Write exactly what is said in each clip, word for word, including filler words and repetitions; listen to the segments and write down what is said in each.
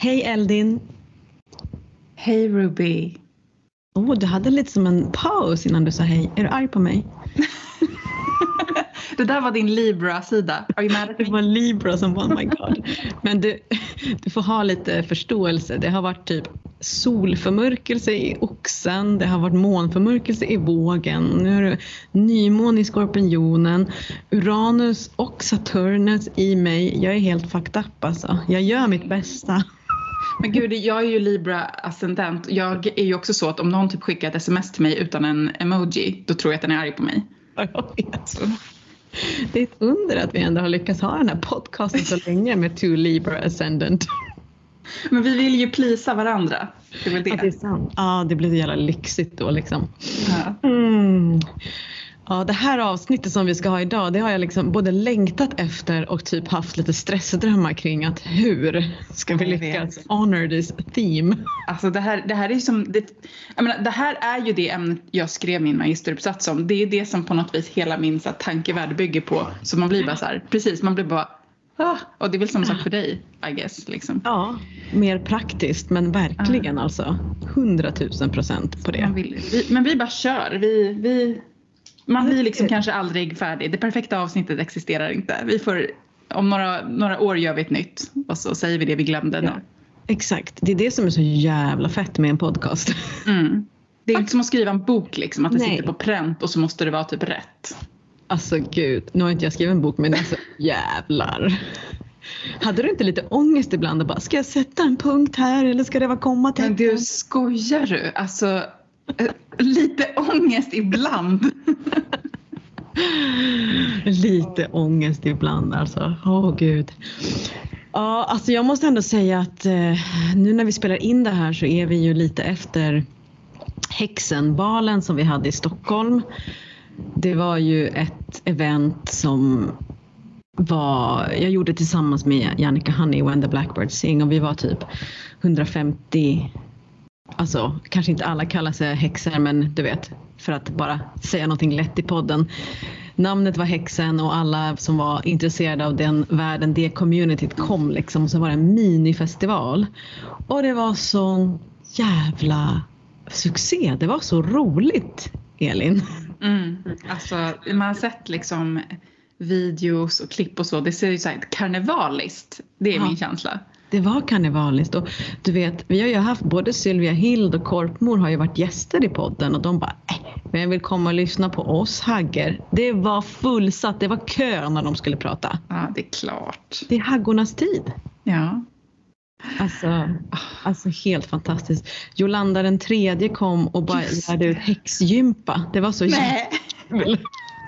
Hej Eldin. Hej Ruby. Åh, oh, du hade lite som en paus innan du sa hej. Är du arg på mig? Det där var din Libra-sida. Are you mad at me? Det var Libra som var, oh my god. Men du, du får ha lite förståelse. Det har varit typ solförmörkelse i oxen. Det har varit månförmörkelse i vågen. Nu är det nymån i skorpionen. Uranus och Saturnus i mig. Jag är helt fucked up alltså. Jag gör mitt bästa. Men gud, jag är ju Libra-ascendent. Jag är ju också så att om någon typ skickar ett sms till mig utan en emoji, då tror jag att den är arg på mig. Jag vet. Det är ett under att vi ändå har lyckats ha den här podcasten så länge med two Libra ascendant. Men vi vill ju plisa varandra. Det är väl det. Ja, det är sant. Ja, det blir så jävla lyxigt då liksom. Ja. Mm. Ja, det här avsnittet som vi ska ha idag, det har jag liksom både längtat efter och typ haft lite stressdrömmar kring att hur ska vi lyckas honor this theme. Alltså det här, det här är ju som, det, jag menar, det här är ju det ämnet jag skrev min magisteruppsats om. Det är det som på något vis hela min så här, tankevärld bygger på. Så man blir bara så här, precis, man blir bara, ah, och det är väl samma sak för dig, I guess. Liksom. Ja, mer praktiskt, men verkligen uh. alltså, hundratusen procent på det. Man vill, vi, men vi bara kör, vi... vi Man blir liksom kanske aldrig färdig. Det perfekta avsnittet existerar inte. Vi får, om några, några år gör vi ett nytt. Och så säger vi det vi glömde nu. Ja, exakt. Det är det som är så jävla fett med en podcast. Mm. Det är inte som att skriva en bok liksom. Att det Nej. sitter på pränt och så måste det vara typ rätt. Alltså gud. Nu har inte jag skrivit en bok, men alltså jävlar. Hade du inte lite ångest ibland och bara, ska jag sätta en punkt här eller ska det vara kommatecken? Men du, skojar du? Alltså... Lite ångest ibland. Lite ångest ibland alltså. Åh oh, gud. Ja, alltså jag måste ändå säga att eh, nu när vi spelar in det här så är vi ju lite efter Häxenbalen som vi hade i Stockholm. Det var ju ett event som var, jag gjorde tillsammans med Jannica Honey When the Blackbird Sing, och vi var typ hundrafemtio. Alltså, kanske inte alla kallar sig häxor, men du vet, för att bara säga någonting lätt i podden. Namnet var Häxen och alla som var intresserade av den världen, det communityt kom liksom. Och så var det en minifestival. Och det var så jävla succé. Det var så roligt, Elin. Mm. Alltså, man har sett liksom videos och klipp och så. Det ser ju så här karnevaliskt. Det är ja. Min känsla. Det var karnevaliskt, och du vet, vi har ju haft både Sylvia Hild och Korpmor har ju varit gäster i podden och de bara, äh, vem vill komma och lyssna på oss hagger? Det var fullsatt, det var kö när de skulle prata. Ja, det är klart. Det är haggornas tid. Ja. Alltså, alltså helt fantastiskt. Jolanda den tredje kom och bara lärde ut häxgympa. Det var så jävla...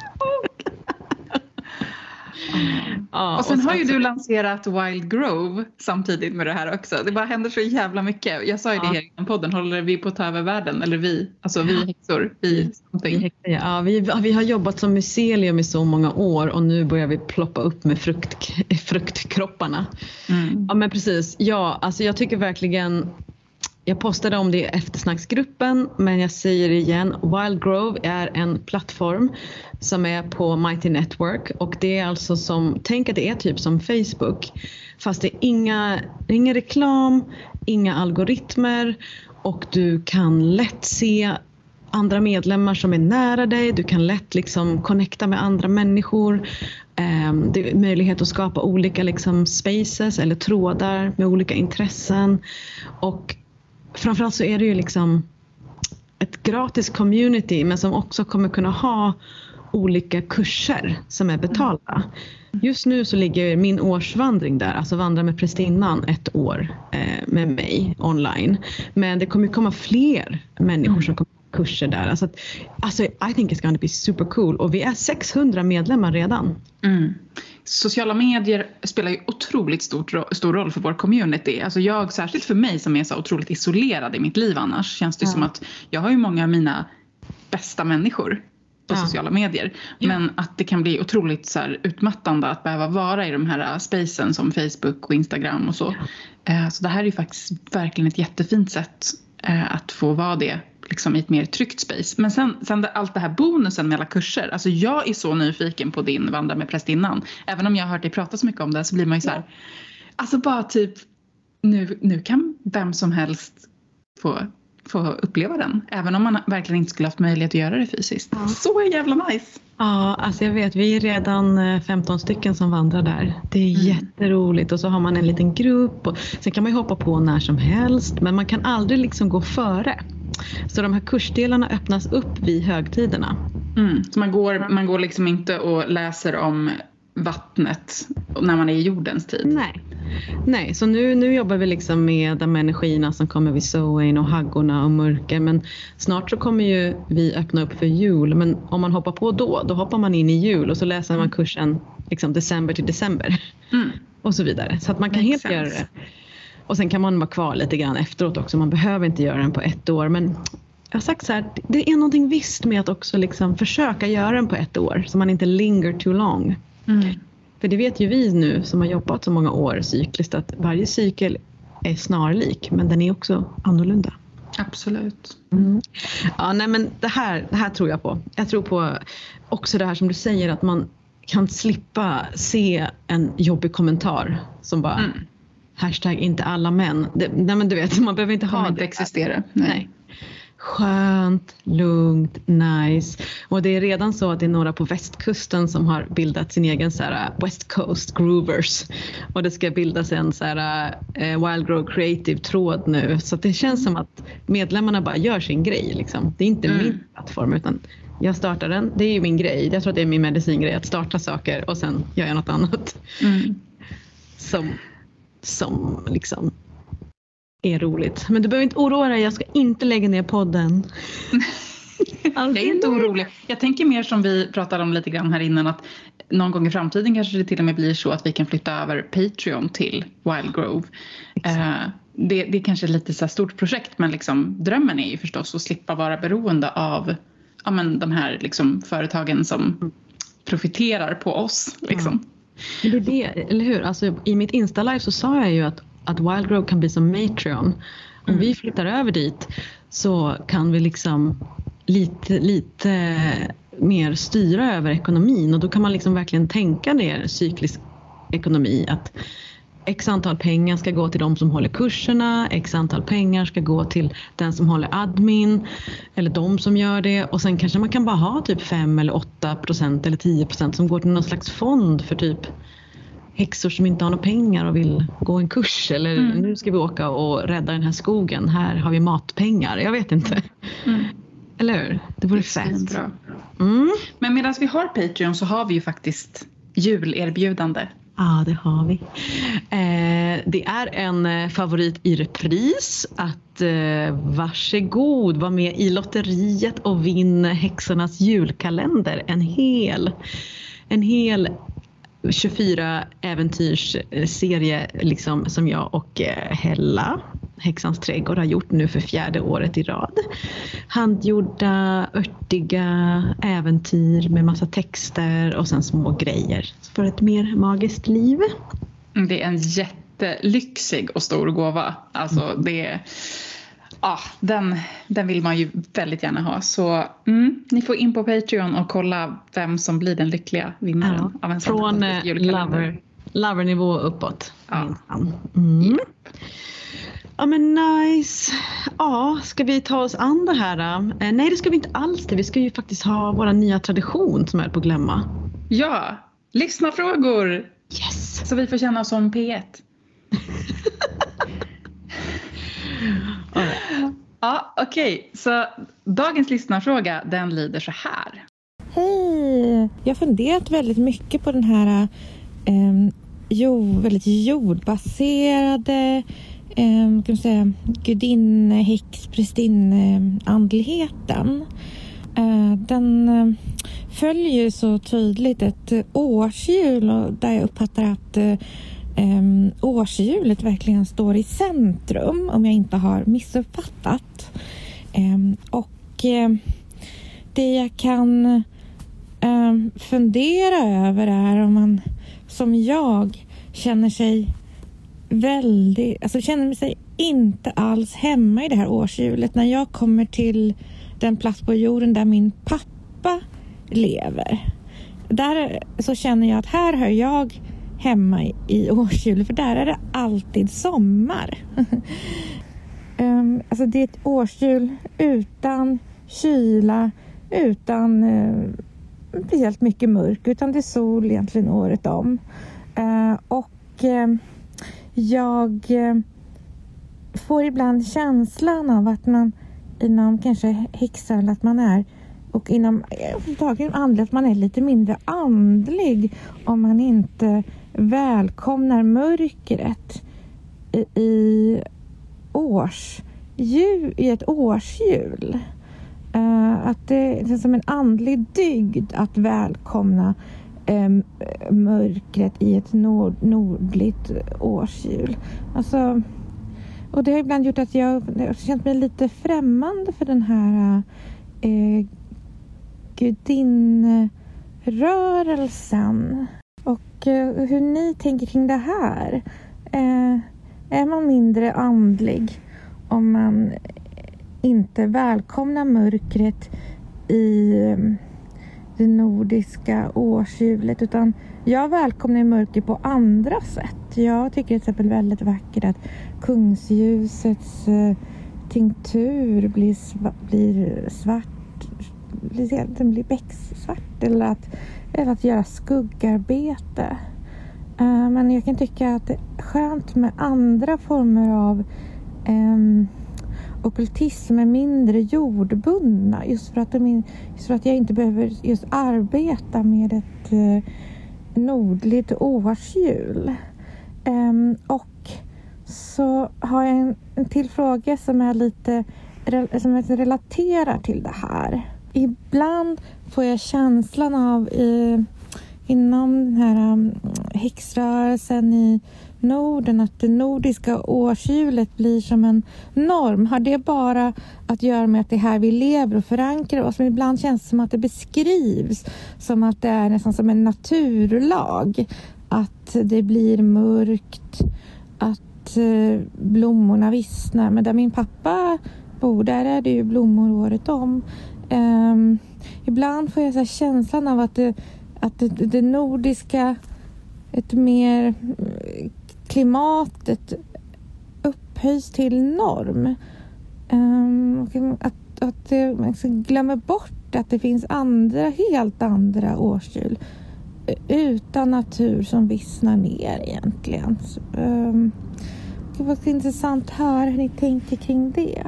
Mm. Ja, och sen, och sen har ju du lanserat Wild Grove samtidigt med det här också. Det bara händer så jävla mycket. Jag sa ju ja. Det här i podden, håller vi på att ta över världen? Eller vi, alltså vi häxor. Vi, vi, ja, vi, vi har jobbat som mycelium i så många år och nu börjar vi ploppa upp med frukt, fruktkropparna. Mm. Ja men precis, ja alltså jag tycker verkligen... Jag postade om det i eftersnacksgruppen, men jag säger det igen. Wild Grove är en plattform som är på Mighty Network. Och det är alltså som, tänk att det är typ som Facebook. Fast det är inga, ingen reklam, inga algoritmer. Och du kan lätt se andra medlemmar som är nära dig. Du kan lätt liksom connecta med andra människor. Det är möjlighet att skapa olika liksom spaces eller trådar med olika intressen. Och framförallt så är det ju liksom ett gratis community, men som också kommer kunna ha olika kurser som är betalda. Just nu så ligger min årsvandring där, alltså vandra med prästinnan ett år eh, med mig online. Men det kommer komma fler människor som kommer ha kurser där. Alltså, att, alltså I think it's gonna be super cool. Och vi är sexhundra medlemmar redan. Mm. Sociala medier spelar ju otroligt stort, stor roll för vår community. Alltså jag, särskilt för mig som är så otroligt isolerad i mitt liv annars, känns det ja. Som att jag har ju många av mina bästa människor på ja. Sociala medier. Ja. Men att det kan bli otroligt så här utmattande att behöva vara i de här spacen som Facebook och Instagram och så. Ja. Så det här är ju faktiskt verkligen ett jättefint sätt att få vara det liksom i ett mer tryggt space. Men sen, sen det, allt det här bonusen med alla kurser. Alltså jag är så nyfiken på din vandra med prästinnan. Även om jag har hört dig prata så mycket om det så blir man ju så här. Alltså bara typ nu, nu kan vem som helst få, få uppleva den. Även om man verkligen inte skulle haft möjlighet att göra det fysiskt. Ja. Så jävla nice! Ja, alltså jag vet, vi är redan femton stycken som vandrar där. Det är mm. jätteroligt och så har man en liten grupp och sen kan man ju hoppa på när som helst, men man kan aldrig liksom gå före. Så de här kursdelarna öppnas upp vid högtiderna. Mm. Så man går, man går liksom inte och läser om vattnet när man är i jordens tid? Nej. Nej, så nu, nu jobbar vi liksom med de energierna som kommer vid Samhain och haggorna och mörker. Men snart så kommer ju vi öppna upp för jul. Men om man hoppar på då, då hoppar man in i jul och så läser man kursen liksom december till december. Mm. Och så vidare. Så att man kan helt göra det. Och sen kan man vara kvar lite grann efteråt också. Man behöver inte göra den på ett år. Men jag har sagt så här, det är någonting visst med att också liksom försöka göra den på ett år. Så man inte linger too long. Mm. För det vet ju vi nu som har jobbat så många år cykliskt att varje cykel är snarlik men den är också annorlunda. Absolut. Mm. Ja, nej men det här, det här tror jag på. Jag tror på också det här som du säger att man kan slippa se en jobbig kommentar som bara mm. hashtag inte alla män. Det, nej men du vet, man behöver inte ha det. Inte existera. Nej. nej. Skönt, lugnt, nice. Och det är redan så att det är några på västkusten som har bildat sin egen så här West Coast Groovers. Och det ska bildas en så här uh, Wild Grow Creative tråd nu. Så det känns som att medlemmarna bara gör sin grej liksom. Det är inte mm. min plattform utan jag startar den. Det är ju min grej. Jag tror att det är min medicingrej att starta saker och sen gör jag något annat. Mm. Som, som liksom är roligt. Men du behöver inte oroa dig, jag ska inte lägga ner podden. Jag är inte orolig. Jag tänker mer som vi pratade om lite grann här innan att någon gång i framtiden kanske det till och med blir så att vi kan flytta över Patreon till Wild Grove. Uh, det, det är kanske lite så här stort projekt men liksom, drömmen är ju förstås att slippa vara beroende av ja, men de här liksom, företagen som profiterar på oss. Liksom. Ja. Det är det, eller hur? Alltså, i mitt Insta-live så sa jag ju att att Wild Grove kan bli som Matreon. Om mm. vi flyttar över dit så kan vi liksom lite, lite mer styra över ekonomin. Och då kan man liksom verkligen tänka ner cyklisk ekonomi. Att x antal pengar ska gå till de som håller kurserna. X antal pengar ska gå till den som håller admin. Eller de som gör det. Och sen kanske man kan bara ha typ fem eller åtta procent eller tio procent som går till någon slags fond för typ häxor som inte har några pengar och vill gå en kurs. Eller mm. nu ska vi åka och rädda den här skogen. Här har vi matpengar. Jag vet inte. Mm. Eller hur? Det vore fett. Bra. Mm. Men medan vi har Patreon så har vi ju faktiskt julerbjudande. Ja, det har vi. Eh, det är en favorit i repris att eh, varsågod, var med i lotteriet och vinn häxornas julkalender. En hel, en hel tjugofyra äventyrsserie liksom, som jag och Hella, Häxans trädgård, har gjort nu för fjärde året i rad. Handgjorda, örtiga äventyr med massa texter och sen små grejer för ett mer magiskt liv. Det är en jättelyxig och stor gåva. Alltså mm. det är... Ja, den, den vill man ju väldigt gärna ha. Så mm, ni får in på Patreon och kolla vem som blir den lyckliga vinnaren ja, av en sån från lover, lovernivå uppåt. Ja. Mm. Yep. Ja men nice. Ja, ska vi ta oss an det här? Eh, nej, det ska vi inte alls det. Vi ska ju faktiskt ha våra nya tradition som är på att glömma. Ja, lyssna frågor. Yes. Så vi får känna oss som P ett. Ja, okej. Okay. Så dagens lyssnarfråga, den lyder så här. Hej! Jag har funderat väldigt mycket på den här eh, jo, väldigt jordbaserade eh, kan man säga, gudinne, häx, prästinne andligheten. Eh, den eh, följer ju så tydligt ett årshjul och där jag uppfattar att eh, Um, årshjulet verkligen står i centrum om jag inte har missuppfattat. Um, och um, det jag kan um, fundera över är om man som jag känner sig väldigt, alltså känner sig inte alls hemma i det här årshjulet när jag kommer till den plats på jorden där min pappa lever. Där så känner jag att här har jag hemma i, i årshjul, för där är det alltid sommar. um, alltså det är ett årshjul utan kyla, utan uh, speciellt mycket mörk, utan det är sol egentligen året om. Uh, och uh, jag uh, får ibland känslan av att man inom kanske häxan, att man är, och inom dagen andligt, att man är lite mindre andlig om man inte välkomnar mörkret i, i års jul, i ett årsjul. Uh, att det är som en andlig dygd att välkomna um, mörkret i ett nord, nordligt årsjul. Alltså, och det har ibland gjort att jag har känt mig lite främmande för den här uh, gudinnrörelsen. Och uh, hur ni tänker kring det här. Uh, är man mindre andlig om man inte välkomnar mörkret i det nordiska årshjulet, utan jag välkomnar mörker på andra sätt. Jag tycker till exempel väldigt vackert att kungsljusets uh, tinktur blir, sva- blir svart, den blir becksvart, eller att, eller att göra skuggarbete. Uh, men jag kan tycka att det är skönt med andra former av um, ockultism är mindre jordbundna, just för att, de, just för att jag inte behöver just arbeta med ett uh, nordligt årshjul. Um, och så har jag en, en till fråga som är lite som är relaterar till det här. Ibland får jag känslan av i, inom den här um, häxrörelsen i Norden att det nordiska årshjulet blir som en norm. Har det bara att göra med att det är här vi lever och förankrar oss? Men ibland känns det som att det beskrivs som att det är nästan som en naturlag. Att det blir mörkt, att eh, blommorna vissnar. Men där min pappa bor, där är det ju blommor året om. Um, ibland får jag så här känslan av att det, att det, det nordiska, ett mer klimatet upphöjs till norm. Um, att, att det, man glömmer bort att det finns andra, helt andra årshjul utan natur som vissnar ner egentligen. Um, det var intressant att höra hur ni tänker kring det.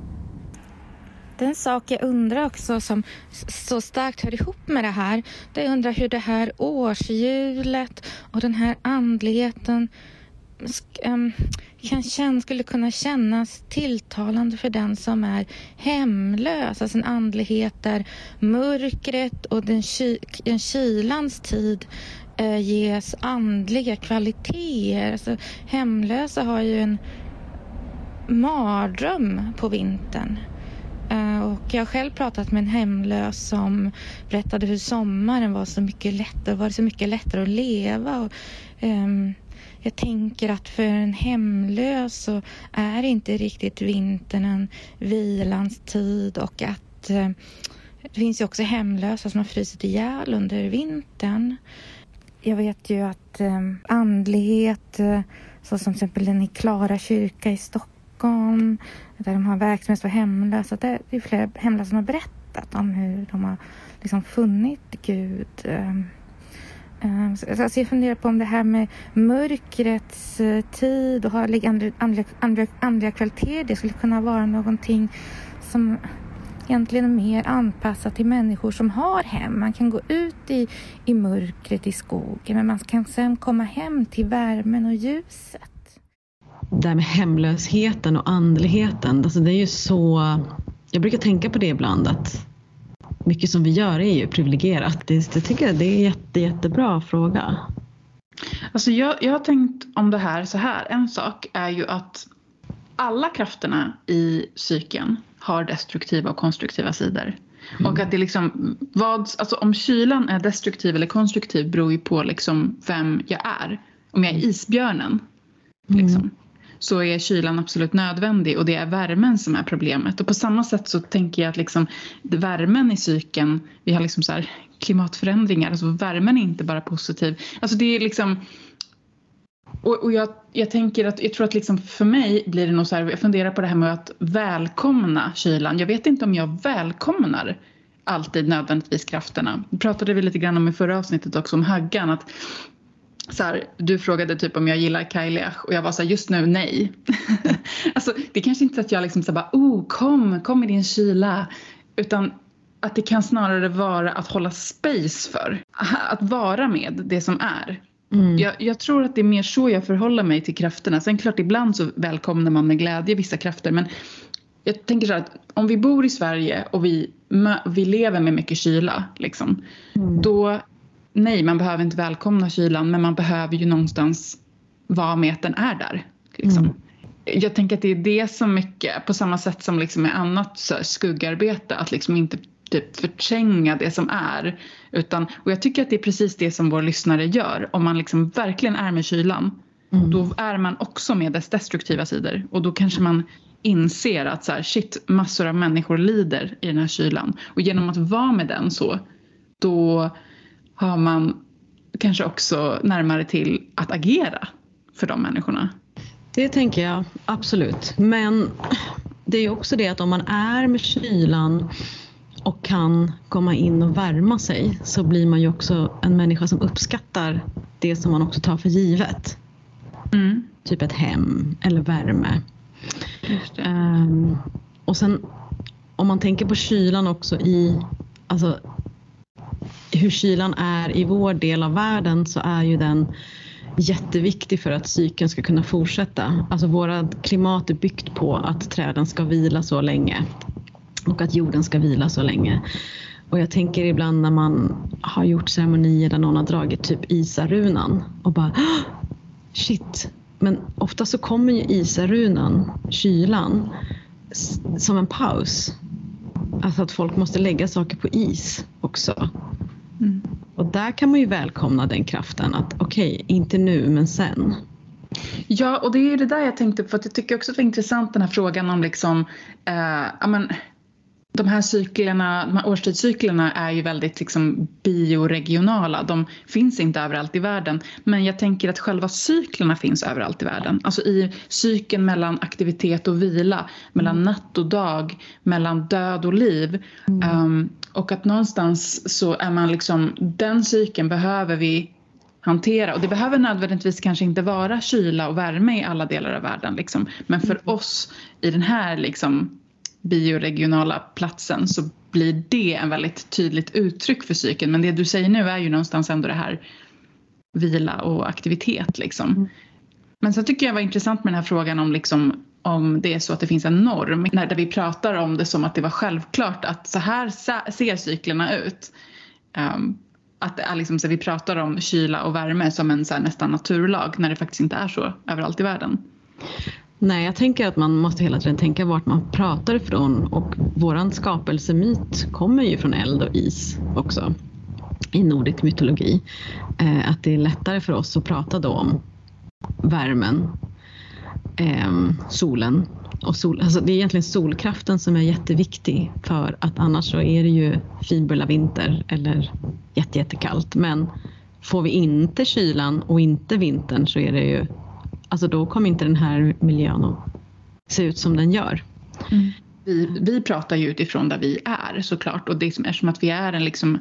Den sak jag undrar också som så starkt hör ihop med det här, det jag undrar hur det här årshjulet och den här andligheten um, kan känna, skulle kunna kännas tilltalande för den som är hemlös. Alltså en andlighet där mörkret och den, ky, den kylans tid uh, ges andliga kvaliteter. Alltså, hemlösa har ju en mardröm på vintern. Uh, och jag har själv pratat med en hemlös som berättade hur sommaren var så mycket lättare, var det så mycket lättare att leva. Och, um, jag tänker att för en hemlös så är inte riktigt vintern en vilans tid, och att uh, det finns ju också hemlösa som har frysit ihjäl under vintern. Jag vet ju att um, andlighet, uh, så som till exempel den i Klara kyrka i Stockholm, där de har verksamhet för hemlösa. Det är flera hemlösa som har berättat om hur de har liksom funnit Gud. Alltså jag funderar på om det här med mörkrets tid och har andliga, andliga, andliga kvaliteter, det skulle kunna vara någonting som egentligen är mer anpassat till människor som har hem. Man kan gå ut i, i mörkret i skogen, men man kan sen komma hem till värmen och ljuset. Det här med hemlösheten och andligheten, alltså det är ju så, jag brukar tänka på det ibland, att mycket som vi gör är ju privilegierat. Det, det tycker jag det är en jätte, jättebra fråga. Alltså jag, jag har tänkt om det här så här. En sak är ju att alla krafterna i psyken har destruktiva och konstruktiva sidor. Mm. Och att det liksom, vad, alltså om kylan är destruktiv eller konstruktiv beror ju på liksom vem jag är. Om jag är isbjörnen, liksom. Mm. Så är kylan absolut nödvändig, och det är värmen som är problemet. Och på samma sätt så tänker jag att liksom, värmen i psyken, vi har liksom så här klimatförändringar, alltså värmen är inte bara positiv. Alltså det är liksom, Och, och jag, jag tänker att jag tror att liksom för mig blir det nog så här, jag funderar på det här med att välkomna kylan. Jag vet inte om jag välkomnar alltid nödvändigtvis krafterna. Vi pratade vi lite grann om i förra avsnittet också om Haggan, att så här, du frågade typ om jag gillar Kailiach och jag var så här, just nu nej. Alltså det är kanske inte att jag liksom så här, bara, oh kom, kom i din kyla, utan att det kan snarare vara att hålla space för, att vara med det som är. Mm. Jag, jag tror att det är mer så jag förhåller mig till krafterna. Sen klart ibland så välkomnar man med glädje vissa krafter, men jag tänker så här att om vi bor i Sverige och vi, vi lever med mycket kyla liksom, mm. då nej, man behöver inte välkomna kylan, men man behöver ju någonstans vara med att den är där liksom. Mm. Jag tänker att det är det som mycket, på samma sätt som liksom med annat så här, skuggarbete, att liksom inte typ förtränga det som är, utan, och jag tycker att det är precis det som vår lyssnare gör. Om man liksom verkligen är med kylan, mm. då är man också med dess destruktiva sidor, och då kanske man inser att så här, shit, massor av människor lider i den här kylan, och genom att vara med den så, då har man kanske också närmare till att agera för de människorna. Det tänker jag, absolut. Men det är också det att om man är med kylan och kan komma in och värma sig, så blir man ju också en människa som uppskattar det som man också tar för givet. Mm. Typ ett hem eller värme. Just det. Um, och sen om man tänker på kylan också i, alltså hur kylan är i vår del av världen, så är ju den jätteviktig för att cykeln ska kunna fortsätta. Alltså våra klimat är byggt på att träden ska vila så länge och att jorden ska vila så länge. Och jag tänker ibland när man har gjort ceremonier där någon har dragit typ Isarunan och bara shit, men ofta så kommer ju Isarunan, kylan, som en paus. Alltså att folk måste lägga saker på is också. Mm. Och där kan man ju välkomna den kraften, att okej, okay, inte nu men sen. Ja, och det är ju det där jag tänkte på, för att jag tycker också att det är intressant den här frågan om liksom, eh, ja men de här cyklerna, de här årstidscyklerna är ju väldigt liksom bioregionala. De finns inte överallt i världen. Men jag tänker att själva cyklerna finns överallt i världen. Alltså i cykeln mellan aktivitet och vila. Mellan mm. natt och dag. Mellan död och liv. Mm. Um, och att någonstans så är man liksom, den cykeln behöver vi hantera. Och det behöver nödvändigtvis kanske inte vara kyla och värme i alla delar av världen. Liksom. Men för mm. oss i den här liksom bioregionala platsen så blir det en väldigt tydligt uttryck för cykeln. Men det du säger nu är ju någonstans ändå det här vila och aktivitet liksom. Mm. Men så tycker jag var intressant med den här frågan om liksom, om det är så att det finns en norm, när där vi pratar om det som att det var självklart att så här ser cyklerna ut. Um, att det är liksom så vi pratar om kyla och värme som en så här nästan naturlag, när det faktiskt inte är så överallt i världen. Nej, jag tänker att man måste hela tiden tänka vart man pratar ifrån, och våran skapelsemyt kommer ju från eld och is också i nordisk mytologi. Eh, att det är lättare för oss att prata då om värmen, eh, solen och sol. Alltså det är egentligen solkraften som är jätteviktig, för att annars så är det ju finbulla vinter eller jätte, jättekallt. Men får vi inte kylan och inte vintern, så är det ju, alltså då kommer inte den här miljön att se ut som den gör. Mm. Vi, vi pratar ju utifrån där vi är såklart. Och det som är som att vi är en liksom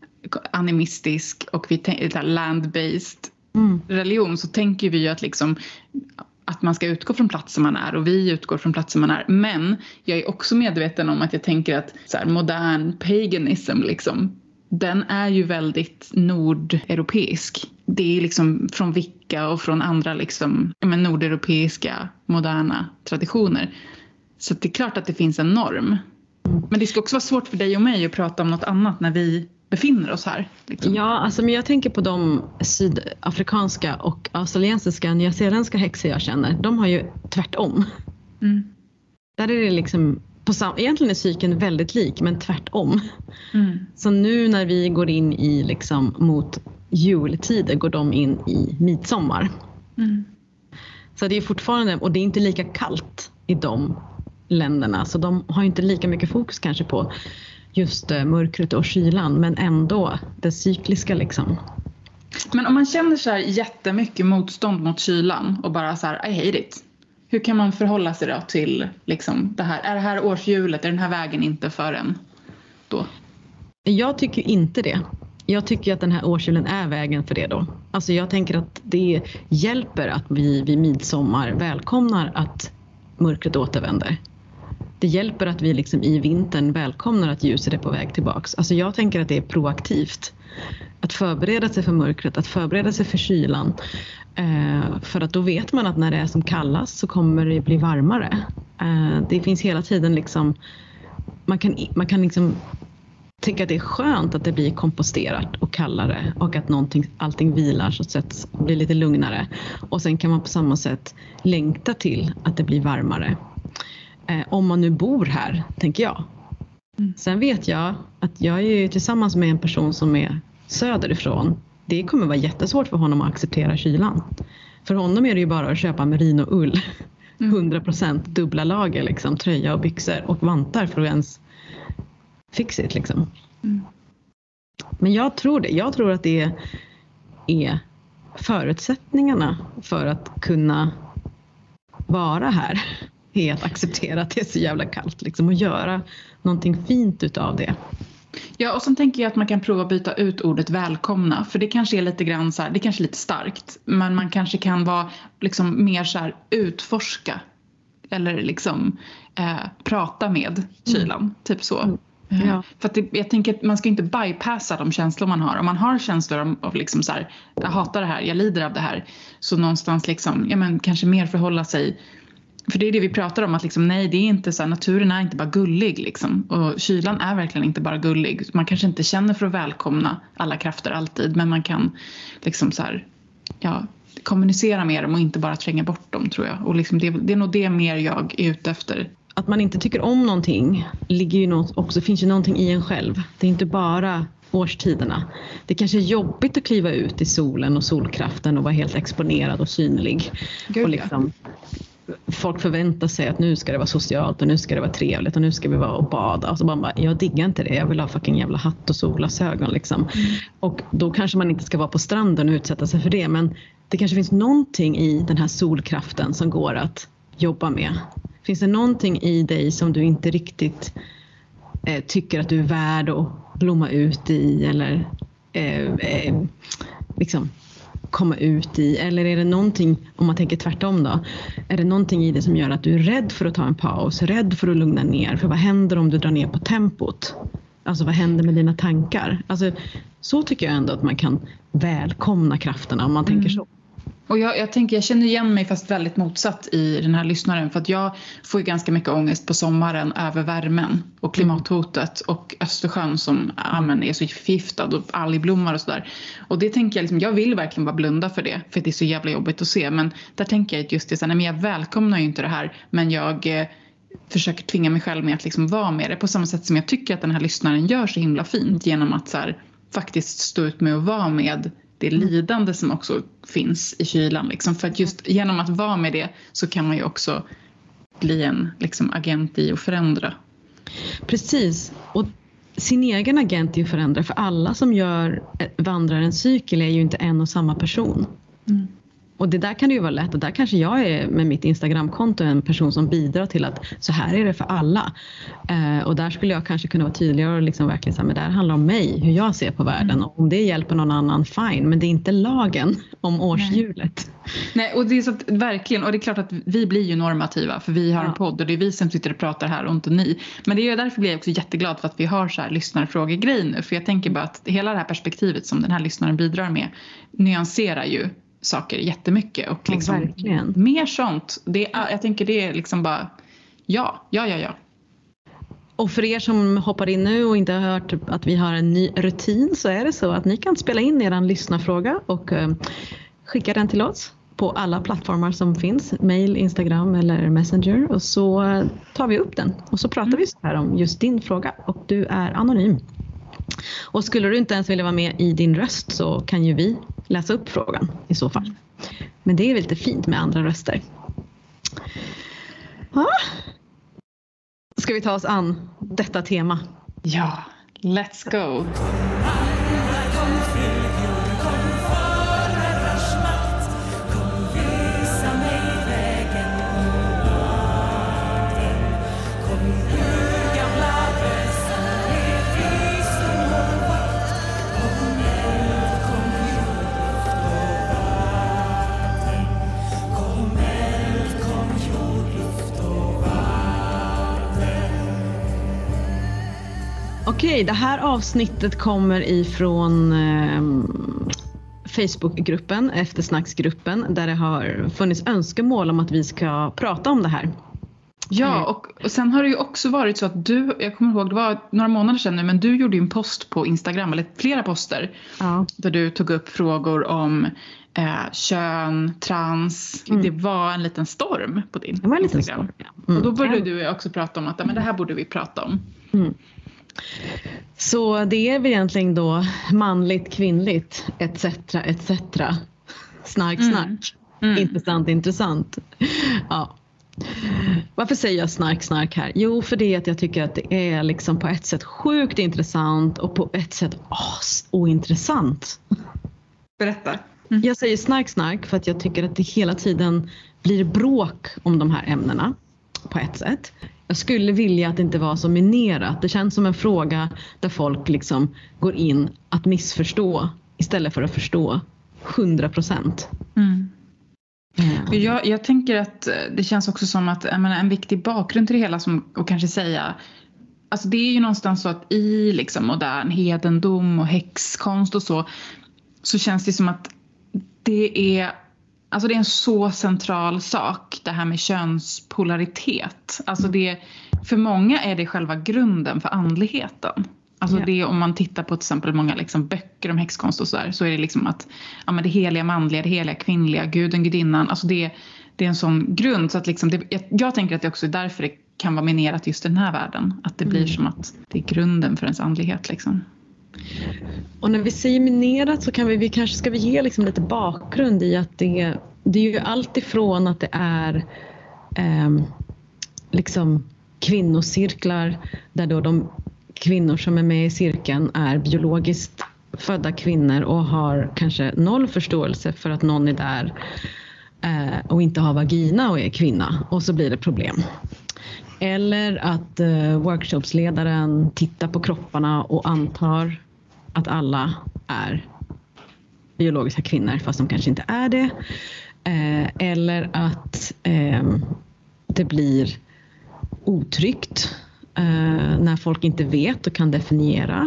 animistisk och vi tänker land-based mm. religion, så tänker vi ju att liksom att man ska utgå från platsen man är, och vi utgår från platsen man är. Men jag är också medveten om att jag tänker att så här, modern paganism liksom, den är ju väldigt nordeuropeisk. Det är liksom från Wicca och från andra liksom, men nordeuropeiska moderna traditioner. Så det är klart att det finns en norm. Men det ska också vara svårt för dig och mig att prata om något annat när vi befinner oss här. Liksom. Ja, alltså, men jag tänker på de sydafrikanska och australiensiska, nyzeeländska häxor jag känner. De har ju tvärtom. Mm. Där är det liksom, på sam- egentligen är cykeln väldigt lik, men tvärtom. Mm. Så nu när vi går in i liksom mot jultider, går de in i midsommar. Mm. Så det är fortfarande, och det är inte lika kallt i de länderna, så de har inte lika mycket fokus kanske på just mörkret och kylan, men ändå det cykliska liksom. Men om man känner så här jättemycket motstånd mot kylan och bara så här, I hate it. Hur kan man förhålla sig då till liksom det här? Är det här årshjulet, är den här vägen inte för en då? Jag tycker inte det. Jag tycker att den här årsjulen är vägen för det då. Alltså jag tänker att det hjälper att vi vid midsommar välkomnar att mörkret återvänder. Det hjälper att vi liksom i vintern välkomnar att ljuset är på väg tillbaks. Alltså jag tänker att det är proaktivt. Att förbereda sig för mörkret, att förbereda sig för kylan. Eh, för att då vet man att när det är som kallast så kommer det bli varmare. Eh, det finns hela tiden liksom, man kan, man kan liksom tycka att det är skönt att det blir komposterat och kallare och att någonting, allting vilar så att det blir lite lugnare. Och sen kan man på samma sätt längta till att det blir varmare. Eh, om man nu bor här, tänker jag. Mm. Sen vet jag att jag är ju tillsammans med en person som är söderifrån. Det kommer vara jättesvårt för honom att acceptera kylan. För honom är det ju bara att köpa merino-ull. Mm. hundra procent dubbla lager, liksom, tröja och byxor och vantar för att ens fixa det. Liksom. Mm. Men jag tror det. Jag tror att det är förutsättningarna för att kunna vara här. Är att acceptera att det är så jävla kallt. Liksom, och göra någonting fint utav det. Ja, och sen tänker jag att man kan prova byta ut ordet välkomna. För det kanske är lite grann så här, det kanske är lite starkt. Men man kanske kan vara liksom mer så här utforska. Eller liksom eh, prata med kylan. Mm. Typ så. Mm. Ja. För att det, jag tänker att man ska inte bypassa de känslor man har. Om man har känslor av, av liksom så här, jag hatar det här, jag lider av det här. Så någonstans liksom, ja men kanske mer förhålla sig. För det är det vi pratar om, att liksom, nej, det är inte så här, naturen är inte bara gullig liksom. Och kylan är verkligen inte bara gullig. Man kanske inte känner för att välkomna alla krafter alltid, men man kan liksom så här, ja, kommunicera med dem och inte bara tränga bort dem, tror jag. Och liksom det, det är nog det mer jag är ute efter. Att man inte tycker om någonting ligger ju något, också finns ju någonting i en själv. Det är inte bara årstiderna. Det kanske är jobbigt att kliva ut i solen och solkraften och vara helt exponerad och synlig. Gud, och liksom, ja. Folk förväntar sig att nu ska det vara socialt och nu ska det vara trevligt och nu ska vi vara och bada. Alltså bara, jag diggar inte det. Jag vill ha fucking jävla hatt och solglasögon liksom. Mm. Och då kanske man inte ska vara på stranden och utsätta sig för det. Men det kanske finns någonting i den här solkraften som går att jobba med. Finns det någonting i dig som du inte riktigt eh, tycker att du är värd att blomma ut i eller eh, eh, liksom komma ut i? Eller är det någonting, om man tänker tvärtom då, är det någonting i det som gör att du är rädd för att ta en paus, rädd för att lugna ner? För vad händer om du drar ner på tempot? Alltså vad händer med dina tankar? Alltså så tycker jag ändå att man kan välkomna krafterna om man mm. tänker så. Och jag, jag tänker, jag känner igen mig fast väldigt motsatt i den här lyssnaren. För att jag får ju ganska mycket ångest på sommaren över värmen och klimathotet. Och Östersjön som amen, är så förgiftad och algblommar och sådär. Och det tänker jag liksom, jag vill verkligen bara blunda för det. För det är så jävla jobbigt att se. Men där tänker jag just det, så här, nej, men jag välkomnar ju inte det här. Men jag eh, försöker tvinga mig själv med att liksom vara med det. På samma sätt som jag tycker att den här lyssnaren gör så himla fint. Genom att så här, faktiskt stå ut med att vara med det lidande som också finns i kylan. Liksom. För att just genom att vara med det så kan man ju också bli en liksom, agent i att förändra. Precis. Och sin egen agent i att förändra. För alla som gör, vandrar en cykel är ju inte en och samma person. Mm. Och det där kan det ju vara lätt. Och där kanske jag är med mitt Instagramkonto en person som bidrar till att så här är det för alla. Eh, och där skulle jag kanske kunna vara tydligare och liksom verkligen säga, men det här handlar om mig, hur jag ser på världen. Mm. Och om det hjälper någon annan, fine. Men det är inte lagen om årshjulet. Nej, Nej och det är så att, verkligen. Och det är klart att vi blir ju normativa. För vi har ja. en podd och det är vi som sitter och pratar här och inte ni. Men det är därför blir jag också jätteglad för att vi har så här lyssnarfrågegrej nu. För jag tänker bara att hela det här perspektivet som den här lyssnaren bidrar med nyanserar ju saker jättemycket och liksom ja, mer sånt. Det, jag tänker det är liksom bara ja, ja, ja, ja. Och för er som hoppar in nu och inte har hört att vi har en ny rutin så är det så att ni kan spela in er lyssnarfråga och uh, skicka den till oss på alla plattformar som finns. Mail, Instagram eller Messenger och så uh, tar vi upp den och så pratar mm. vi så här om just din fråga och du är anonym. Och skulle du inte ens vilja vara med i din röst så kan ju vi läsa upp frågan i så fall. Men det är väl lite fint med andra röster. Ja. Ska vi ta oss an detta tema? Ja, let's go! Okej, det här avsnittet kommer ifrån eh, Facebookgruppen, eftersnacksgruppen, där det har funnits önskemål om att vi ska prata om det här. Ja, och, och sen har det ju också varit så att du, jag kommer ihåg, det var några månader sedan nu, men du gjorde ju en post på Instagram, eller flera poster, ja. Där du tog upp frågor om eh, kön, trans. Mm. Det var en liten storm på din det var en liten Instagram. Storm, ja. Mm. Och då började du också prata om att ja, men det här borde vi prata om. Mm. Så det är väl egentligen då manligt, kvinnligt, et cetera, et cetera. Snark, snark. Mm. Mm. Intressant, intressant. Ja. Varför säger jag snark, snark här? Jo, för det är att jag tycker att det är liksom på ett sätt sjukt intressant och på ett sätt as ointressant. Berätta. Mm. Jag säger snark, snark för att jag tycker att det hela tiden blir bråk om de här ämnena på ett sätt. Jag skulle vilja att det inte var så minerat. Det känns som en fråga där folk liksom går in att missförstå istället för att förstå hundra procent. Mm. Mm. Jag, jag tänker att det känns också som att jag menar, en viktig bakgrund till det hela som, och kanske säga, alltså det är ju någonstans så att i liksom modern hedendom och häxkonst och så, så känns det som att det är, alltså det är en så central sak, det här med könspolaritet. Alltså det, för många är det själva grunden för andligheten. Alltså yeah. det, om man tittar på till exempel många liksom böcker om häxkonst och så där, så är det liksom att ja, men det heliga manliga, det heliga kvinnliga, guden, gudinnan, alltså det, det är en sån grund så att liksom det, jag, jag tänker att det också är därför det kan vara minerat just i den här världen, att det blir mm. som att det är grunden för ens andlighet liksom. Och när vi säger minerat så kan vi, vi kanske ska vi ge liksom lite bakgrund i att det, det är ju allt ifrån att det är eh, liksom kvinnocirklar där då de kvinnor som är med i cirkeln är biologiskt födda kvinnor och har kanske noll förståelse för att någon är där eh, och inte har vagina och är kvinna, och så blir det problem. Eller att eh, workshopsledaren tittar på kropparna och antar att alla är biologiska kvinnor fast de kanske inte är det. Eh, eller att eh, det blir otryggt eh, när folk inte vet och kan definiera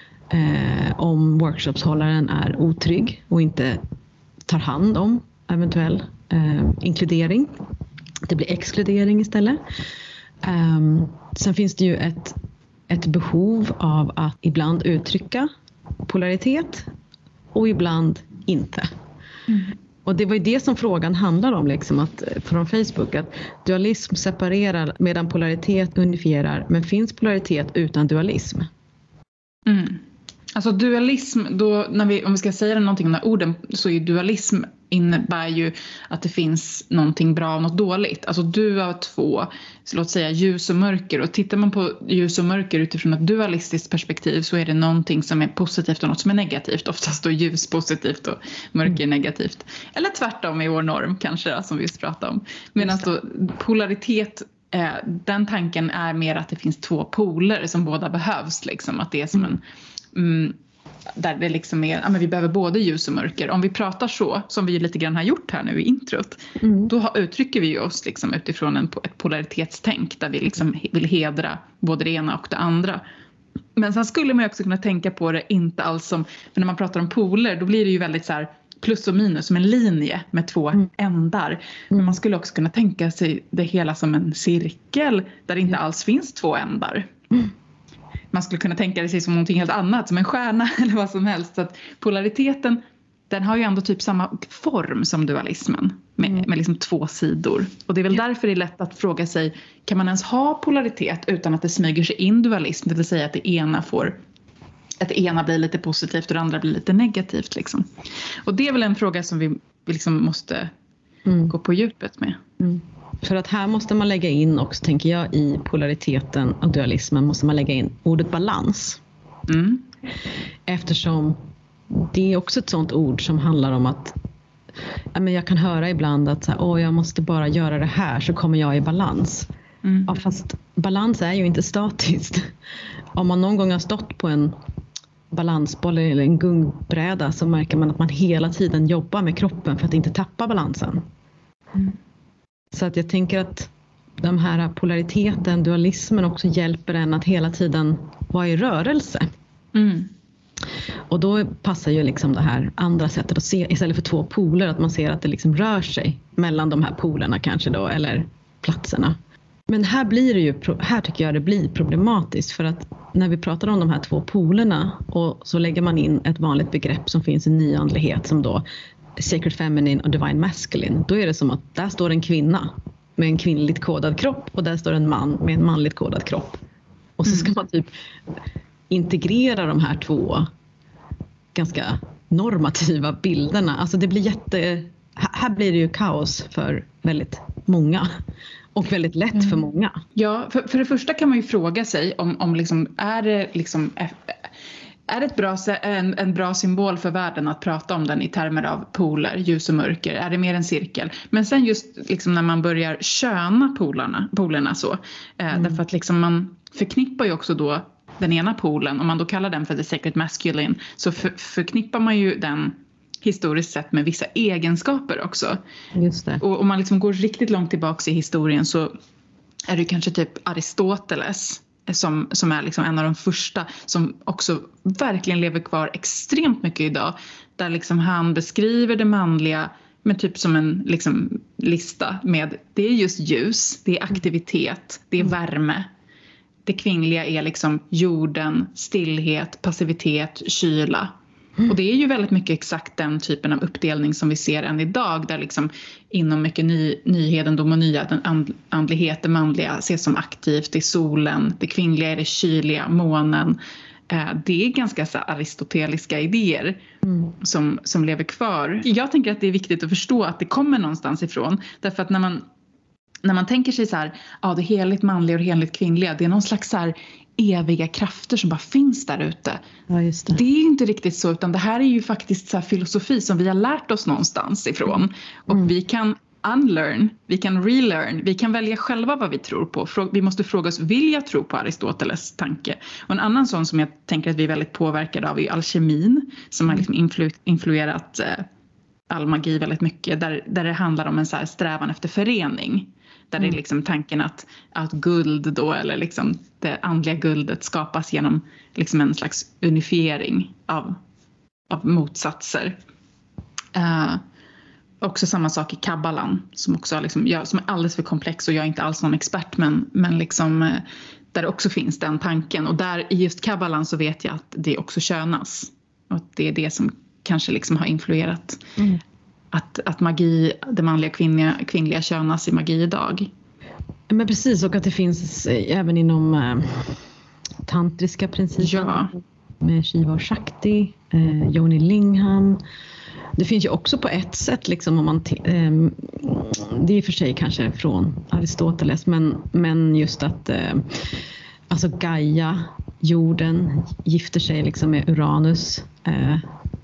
eh, om workshopshållaren är otrygg och inte tar hand om eventuell eh, inkludering. Det blir exkludering istället. Um, sen finns det ju ett, ett behov av att ibland uttrycka polaritet och ibland inte. Mm. Och det var ju det som frågan handlar om liksom, att, från Facebook, att dualism separerar medan polaritet unifierar, men finns polaritet utan dualism? Mm. Alltså dualism, då, när vi, om vi ska säga någonting om de här orden, så är dualism innebär ju att det finns någonting bra och något dåligt. Alltså du har två, så låt säga ljus och mörker. Och tittar man på ljus och mörker utifrån ett dualistiskt perspektiv så är det någonting som är positivt och något som är negativt. Oftast då ljus positivt och mörker mm. negativt. Eller tvärtom i vår norm kanske, som vi just pratade om. Medan då polaritet, eh, den tanken är mer att det finns två poler som båda behövs. Liksom. Att det är som en... Mm, där det liksom är, ja men vi behöver både ljus och mörker. Om vi pratar så, som vi lite grann har gjort här nu i introt, mm. då uttrycker vi oss liksom utifrån en, ett polaritetstänk där vi liksom vill hedra både det ena och det andra. Men sen skulle man också kunna tänka på det inte alls som, för när man pratar om poler då blir det ju väldigt så här plus och minus, som en linje med två mm. ändar. Mm. Men man skulle också kunna tänka sig det hela som en cirkel där det inte mm. alls finns två ändar. Mm. Man skulle kunna tänka sig som någonting helt annat, som en stjärna eller vad som helst. Så att polariteten, den har ju ändå typ samma form som dualismen. Med, mm. med liksom två sidor. Och det är väl ja. därför det är lätt att fråga sig, kan man ens ha polaritet utan att det smyger sig in dualism? Det vill säga att det ena får, att det ena blir lite positivt och det andra blir lite negativt. Liksom. Och det är väl en fråga som vi liksom måste mm. gå på djupet med. Mm. För att här måste man lägga in också, tänker jag, i polariteten och dualismen måste man lägga in ordet balans. Mm. Eftersom det är också ett sånt ord som handlar om att ja, men jag kan höra ibland att så här, åh, jag måste bara göra det här så kommer jag i balans. Mm. Ja, fast balans är ju inte statiskt. Om man någon gång har stått på en balansboll eller en gungbräda så märker man att man hela tiden jobbar med kroppen för att inte tappa balansen. Mm. Så att jag tänker att de här polariteten, dualismen också hjälper en att hela tiden vara i rörelse. Mm. Och då passar ju liksom det här andra sättet att se, istället för två poler, att man ser att det liksom rör sig mellan de här polerna kanske då, eller platserna. Men här blir det ju, här tycker jag det blir problematiskt, för att när vi pratar om de här två polerna och så lägger man in ett vanligt begrepp som finns i nyandlighet som då Sacred Feminine och Divine Masculine, då är det som att där står en kvinna med en kvinnligt kodad kropp och där står en man med en manligt kodad kropp. Och så ska man typ integrera de här två ganska normativa bilderna. Alltså det blir jätte... Här blir det ju kaos för väldigt många. Och väldigt lätt mm. för många. Ja, för, för det första kan man ju fråga sig om, om liksom, är det liksom... Är det ett bra, en, en bra symbol för världen att prata om den i termer av poler, ljus och mörker? Är det mer en cirkel? Men sen just liksom när man börjar köna polarna, polerna så. Eh, mm. Därför att liksom man förknippar ju också då den ena polen. Om man då kallar den för the sacred masculine, så för, förknippar man ju den historiskt sett med vissa egenskaper också. Just det. Och om man liksom går riktigt långt tillbaka i historien så är det kanske typ Aristoteles som, som är liksom en av de första som också verkligen lever kvar extremt mycket idag. Där liksom han beskriver det manliga med typ som en liksom lista med, det är just ljus, det är aktivitet, det är värme. Det kvinnliga är liksom jorden, stillhet, passivitet, kyla. Och det är ju väldigt mycket exakt den typen av uppdelning som vi ser än idag. Där liksom inom mycket ny, nyhedendom och nya and, andlighet, det manliga ses som aktivt. Det är solen, det kvinnliga är det kyliga, månen. Eh, det är ganska så aristoteliska idéer mm. som, som lever kvar. Jag tänker att det är viktigt att förstå att det kommer någonstans ifrån. Därför att när man, när man tänker sig så här, ja det heligt manliga och heligt kvinnliga. Det är någon slags så här eviga krafter som bara finns där ute. Ja, just det. Det är ju inte riktigt så, utan det här är ju faktiskt så här filosofi som vi har lärt oss någonstans ifrån. Mm. Och vi kan unlearn, vi kan relearn, vi kan välja själva vad vi tror på. Vi måste fråga oss, vill jag tro på Aristoteles tanke? Och en annan sån som jag tänker att vi är väldigt påverkade av är alkemin, som har liksom influ- influerat eh, all magi väldigt mycket. Där, där det handlar om en så här strävan efter förening. Där det är liksom tanken att, att guld då, eller liksom det andliga guldet skapas genom liksom en slags unifiering av, av motsatser. Uh, också samma sak i kabbalan som också liksom, jag, som är alldeles för komplex och jag är inte alls någon expert, men, men liksom, uh, där det också finns den tanken. Och där i just kabbalan så vet jag att det också könas. Och det är det som kanske liksom har influerat mm. Att, att magi, det manliga kvinnliga, kvinnliga könas i magi idag. Men precis, och att det finns även inom eh, tantriska principer. Ja. Med Shiva och Shakti, eh, Yoni Lingham. Det finns ju också på ett sätt, liksom, om man t- eh, det är för sig kanske från Aristoteles, men, men just att eh, alltså Gaia, jorden, gifter sig liksom med Uranus, eh,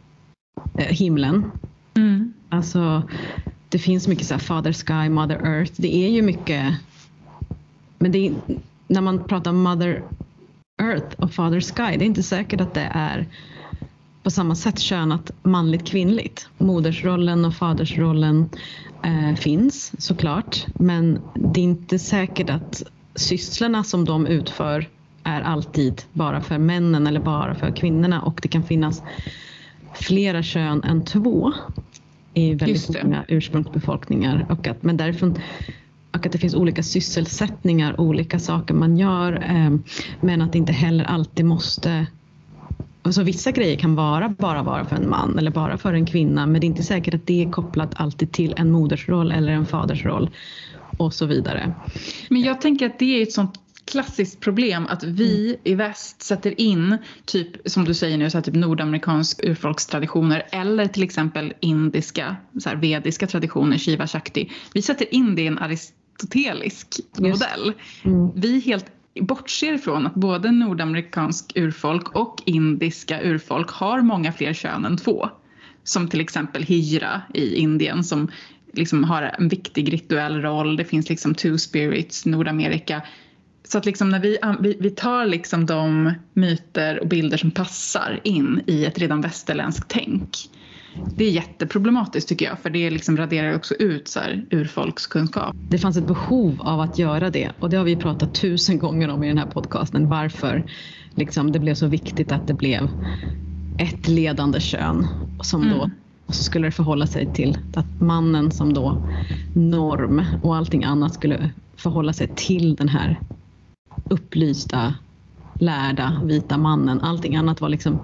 himlen. Mm. Alltså det finns mycket så här Father Sky, Mother Earth. Det är ju mycket, men det är, när man pratar Mother Earth och Father Sky, det är inte säkert att det är på samma sätt könat manligt kvinnligt. Modersrollen och fadersrollen eh, finns såklart, men det är inte säkert att sysslorna som de utför är alltid bara för männen eller bara för kvinnorna, och det kan finnas flera kön än två i väldigt många ursprungsbefolkningar, och att, men därifrån, och att det finns olika sysselsättningar, olika saker man gör, eh, men att det inte heller alltid måste, alltså vissa grejer kan vara bara vara för en man eller bara för en kvinna, men det är inte säkert att det är kopplat alltid till en modersroll eller en fadersroll och så vidare. Men jag tänker att det är ett sånt klassiskt problem att vi mm. i väst sätter in typ, som du säger nu, så här, typ nordamerikansk urfolkstraditioner eller till exempel indiska, så här, vediska traditioner, Shiva Shakti. Vi sätter in det i en aristotelisk modell. Mm. Vi helt bortser från att både nordamerikansk urfolk och indiska urfolk har många fler kön än två. Som till exempel Hijra i Indien som liksom har en viktig rituell roll. Det finns liksom two spirits, Nordamerika. Så att liksom när vi, vi, vi tar liksom de myter och bilder som passar in i ett redan västerländskt tänk. Det är jätteproblematiskt tycker jag, för det liksom raderar också ut så här urfolkskunskap. Det fanns ett behov av att göra det, och det har vi pratat tusen gånger om i den här podcasten. Varför liksom, det blev så viktigt att det blev ett ledande kön som då, mm. och så skulle det förhålla sig till att mannen som då norm och allting annat skulle förhålla sig till den här upplysta, lärda, vita mannen. Allting annat var liksom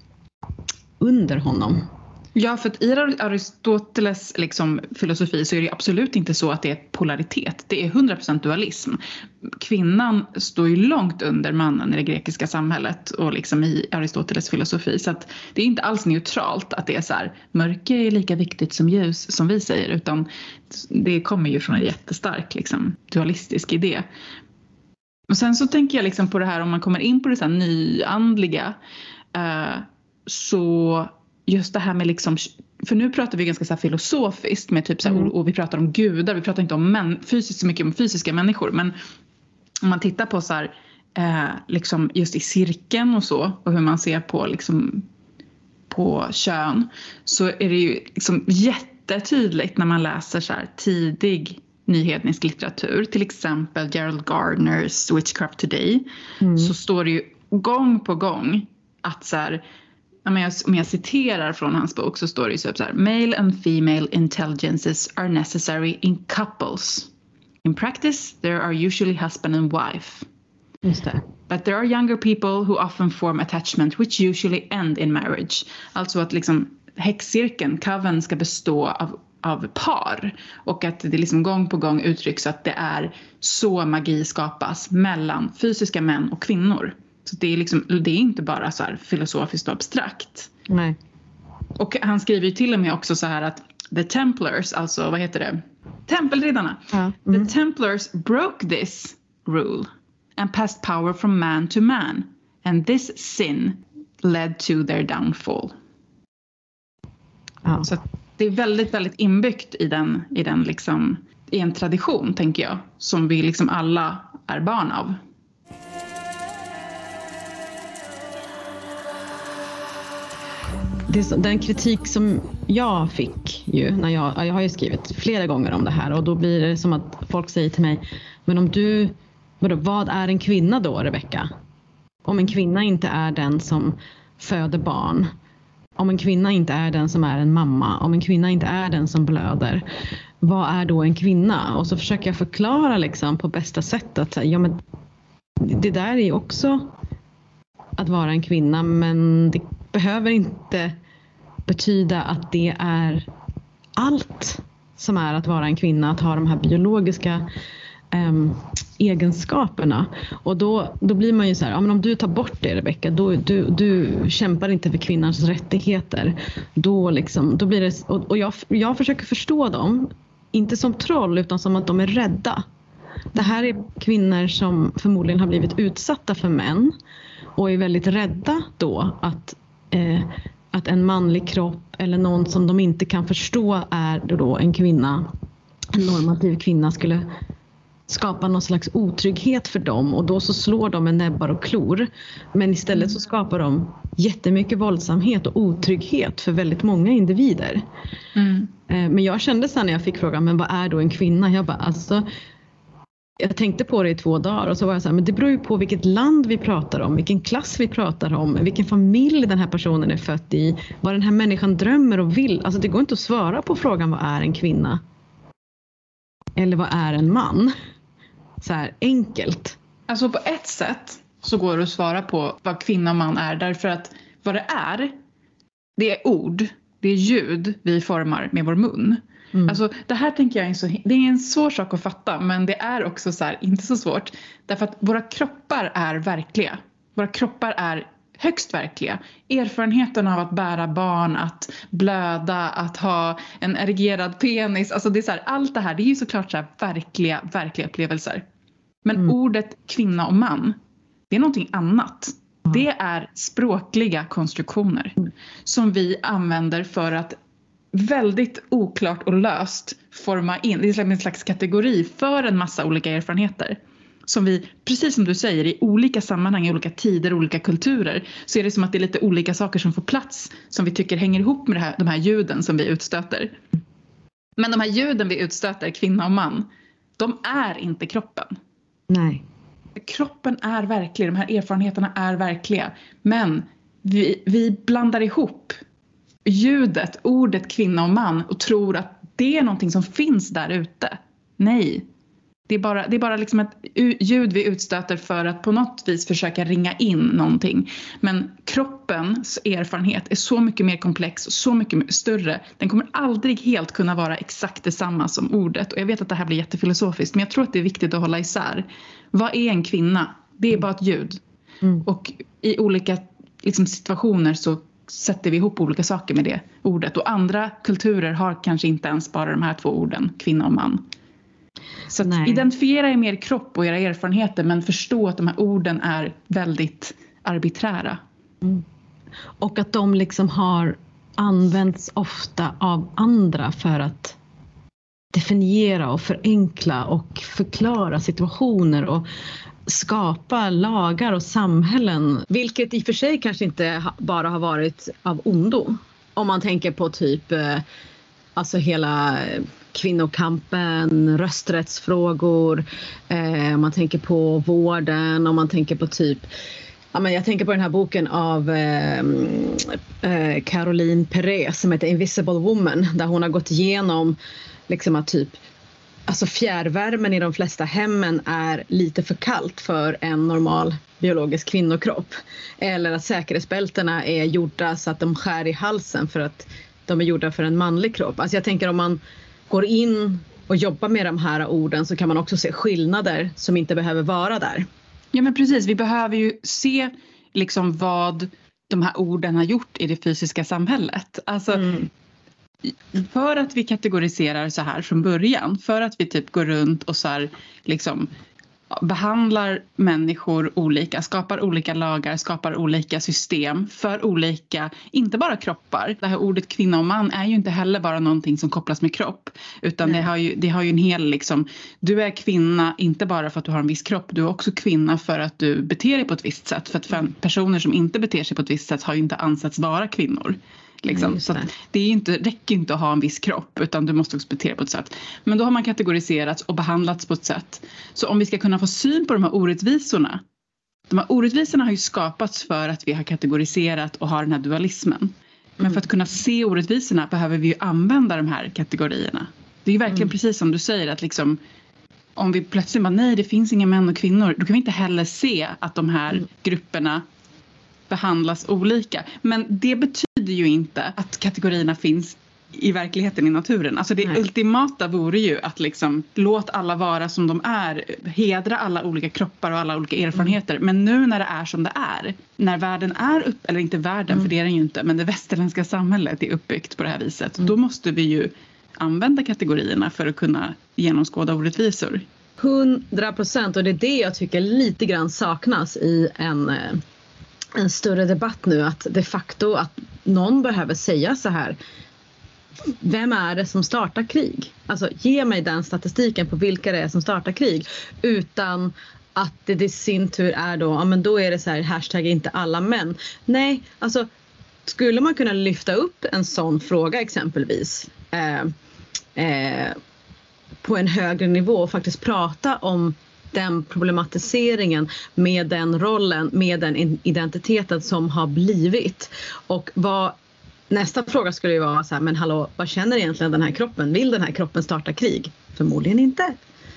under honom. Ja, för att i Aristoteles liksom, filosofi så är det absolut inte så att det är polaritet. Det är hundra procent dualism. Kvinnan står ju långt under mannen i det grekiska samhället och liksom i Aristoteles filosofi. Så att det är inte alls neutralt att det är så här, mörker är lika viktigt som ljus som vi säger. Utan det kommer ju från en jättestark liksom, dualistisk idé. Och sen så tänker jag liksom på det här, om man kommer in på det så här nyandliga eh, så... Just det här med liksom, för nu pratar vi ganska så här filosofiskt med typ så här, mm. och vi pratar om gudar, vi pratar inte om män, fysiskt så mycket om fysiska människor, men om man tittar på så här, eh, liksom just i cirkeln och så, och hur man ser på liksom på kön, så är det ju liksom jättetydligt när man läser så här tidig nyhednisk litteratur, till exempel Gerald Gardners Witchcraft Today, mm. så står det ju gång på gång att så här, om jag, om jag citerar från hans bok så står det ju så här: male and female intelligences are necessary in couples. In practice there are usually husband and wife. Just det. But there are younger people who often form attachment which usually end in marriage. Alltså att liksom häxcirkeln, coven, ska bestå av, av par. Och att det liksom gång på gång uttrycks att det är så magi skapas mellan fysiska män och kvinnor. Så det är, liksom, det är inte bara så här filosofiskt och abstrakt. Nej. Och han skriver ju till och med också så här att the Templars, alltså vad heter det? Tempelriddarna. Ja. Mm. The Templars broke this rule and passed power from man to man. And this sin led to their downfall. Ja. Så det är väldigt, väldigt inbyggt i den, i den liksom, i en tradition, tänker jag, som vi liksom alla är barn av. Det, den kritik som jag fick ju när jag, jag har ju skrivit flera gånger om det här, och då blir det som att folk säger till mig, men om du, vadå, vad är en kvinna då, Rebecca? Om en kvinna inte är den som föder barn, om en kvinna inte är den som är en mamma, om en kvinna inte är den som blöder, vad är då en kvinna? Och så försöker jag förklara liksom på bästa sätt att ja, men det där är också att vara en kvinna, men det behöver inte betyda att det är allt som är att vara en kvinna, att ha de här biologiska um, egenskaperna. Och då, då blir man ju så här, ja, men om du tar bort det, Rebecca, då du, du kämpar inte för kvinnans rättigheter. Då, liksom, då blir det, och, och jag, jag försöker förstå dem, inte som troll utan som att de är rädda. Det här är kvinnor som förmodligen har blivit utsatta för män och är väldigt rädda då att Eh, att en manlig kropp eller någon som de inte kan förstå är då en kvinna, en normativ kvinna, skulle skapa någon slags otrygghet för dem, och då så slår de med näbbar och klor, men istället så skapar de jättemycket våldsamhet och otrygghet för väldigt många individer. Mm. Eh, men jag kände sen när jag fick frågan, men vad är då en kvinna? Jag bara, alltså jag tänkte på det i två dagar och så var jag så här, men det beror ju på vilket land vi pratar om, vilken klass vi pratar om, vilken familj den här personen är född i, vad den här människan drömmer och vill. Alltså det går inte att svara på frågan vad är en kvinna? Eller vad är en man? Så här enkelt. Alltså på ett sätt så går det att svara på vad kvinna och man är, därför att vad det är, det är ord, det är ljud vi formar med vår mun. Mm. Alltså det här tänker jag är, så, det är en svår sak att fatta, men det är också så här, inte så svårt, därför att våra kroppar är verkliga. Våra kroppar är högst verkliga. Erfarenheten av att bära barn, att blöda, att ha en erigerad penis, alltså det är så här, allt det här, det är ju såklart så här verkliga, verkliga upplevelser. Men mm. ordet kvinna och man, det är någonting annat. Mm. Det är språkliga konstruktioner mm. som vi använder för att väldigt oklart och löst forma in, det är en slags kategori för en massa olika erfarenheter som vi, precis som du säger, i olika sammanhang, i olika tider, olika kulturer, så är det som att det är lite olika saker som får plats som vi tycker hänger ihop med det här, de här ljuden som vi utstöter. Men de här ljuden vi utstöter, kvinna och man, de är inte kroppen. Nej. kroppen är verklig, de här erfarenheterna är verkliga. Men vi, vi blandar ihop ljudet, ordet kvinna och man och tror att det är någonting som finns där ute. Nej. Det är bara, det är bara liksom ett ljud vi utstöter för att på något vis försöka ringa in någonting. Men kroppens erfarenhet är så mycket mer komplex och så mycket större. Den kommer aldrig helt kunna vara exakt detsamma som ordet. Och jag vet att det här blir jättefilosofiskt, men jag tror att det är viktigt att hålla isär. Vad är en kvinna? Det är bara ett ljud. Mm. Och i olika liksom, situationer så sätter vi ihop olika saker med det ordet. Och andra kulturer har kanske inte ens bara de här två orden, kvinna och man. Så att identifiera er mer kropp och era erfarenheter, men förstå att de här orden är väldigt arbiträra. Mm. Och att de liksom har använts ofta av andra för att definiera och förenkla och förklara situationer och skapa lagar och samhällen. Vilket i och för sig kanske inte bara har varit av ondo. Om man tänker på typ alltså hela kvinnokampen, rösträttsfrågor, eh, man tänker på vården och man tänker på typ, ja men jag tänker på den här boken av eh, eh, Caroline Perez som heter Invisible Woman, där hon har gått igenom liksom att typ alltså fjärrvärmen i de flesta hemmen är lite för kallt för en normal biologisk kvinnokropp, eller att säkerhetsbältena är gjorda så att de skär i halsen för att de är gjorda för en manlig kropp. Alltså jag tänker om man går in och jobbar med de här orden så kan man också se skillnader som inte behöver vara där. Ja men precis, vi behöver ju se liksom vad de här orden har gjort i det fysiska samhället. Alltså mm. för att vi kategoriserar så här från början, för att vi typ går runt och så här liksom behandlar människor olika, skapar olika lagar, skapar olika system för olika, inte bara kroppar. Det här ordet kvinna och man är ju inte heller bara någonting som kopplas med kropp, utan det har, ju, det har ju en hel liksom, du är kvinna inte bara för att du har en viss kropp, du är också kvinna för att du beter dig på ett visst sätt, för att för personer som inte beter sig på ett visst sätt har ju inte ansetts vara kvinnor. Liksom. Nej, så att det är inte, räcker inte att ha en viss kropp, utan du måste också bete dig på ett sätt. Men då har man kategoriserats och behandlats på ett sätt. Så om vi ska kunna få syn på de här orättvisorna, de här orättvisorna har ju skapats för att vi har kategoriserat och har den här dualismen. Mm. Men för att kunna se orättvisorna behöver vi ju använda de här kategorierna. Det är ju verkligen mm. precis som du säger, att liksom, om vi plötsligt bara nej, det finns inga män och kvinnor, då kan vi inte heller se att de här mm. grupperna behandlas olika. Men det betyder ju inte att kategorierna finns i verkligheten i naturen. Alltså det Nej. ultimata vore ju att liksom låt alla vara som de är. Hedra alla olika kroppar och alla olika erfarenheter. Mm. Men nu när det är som det är. När världen är upp, eller inte världen mm. för det är den ju inte. Men det västerländska samhället är uppbyggt på det här viset. Mm. Då måste vi ju använda kategorierna för att kunna genomskåda orättvisor. hundra procent, och det är det jag tycker lite grann saknas i en... en större debatt nu, att de facto att någon behöver säga så här: vem är det som startar krig? Alltså ge mig den statistiken på vilka det är som startar krig, utan att det i sin tur är då, ja men då är det så här hashtag inte alla män. Nej, alltså skulle man kunna lyfta upp en sån fråga exempelvis eh, eh, på en högre nivå och faktiskt prata om den problematiseringen med den rollen, med den identiteten som har blivit. Och vad, nästa fråga skulle ju vara så här, men hallå, vad känner egentligen den här kroppen? Vill den här kroppen starta krig? Förmodligen inte.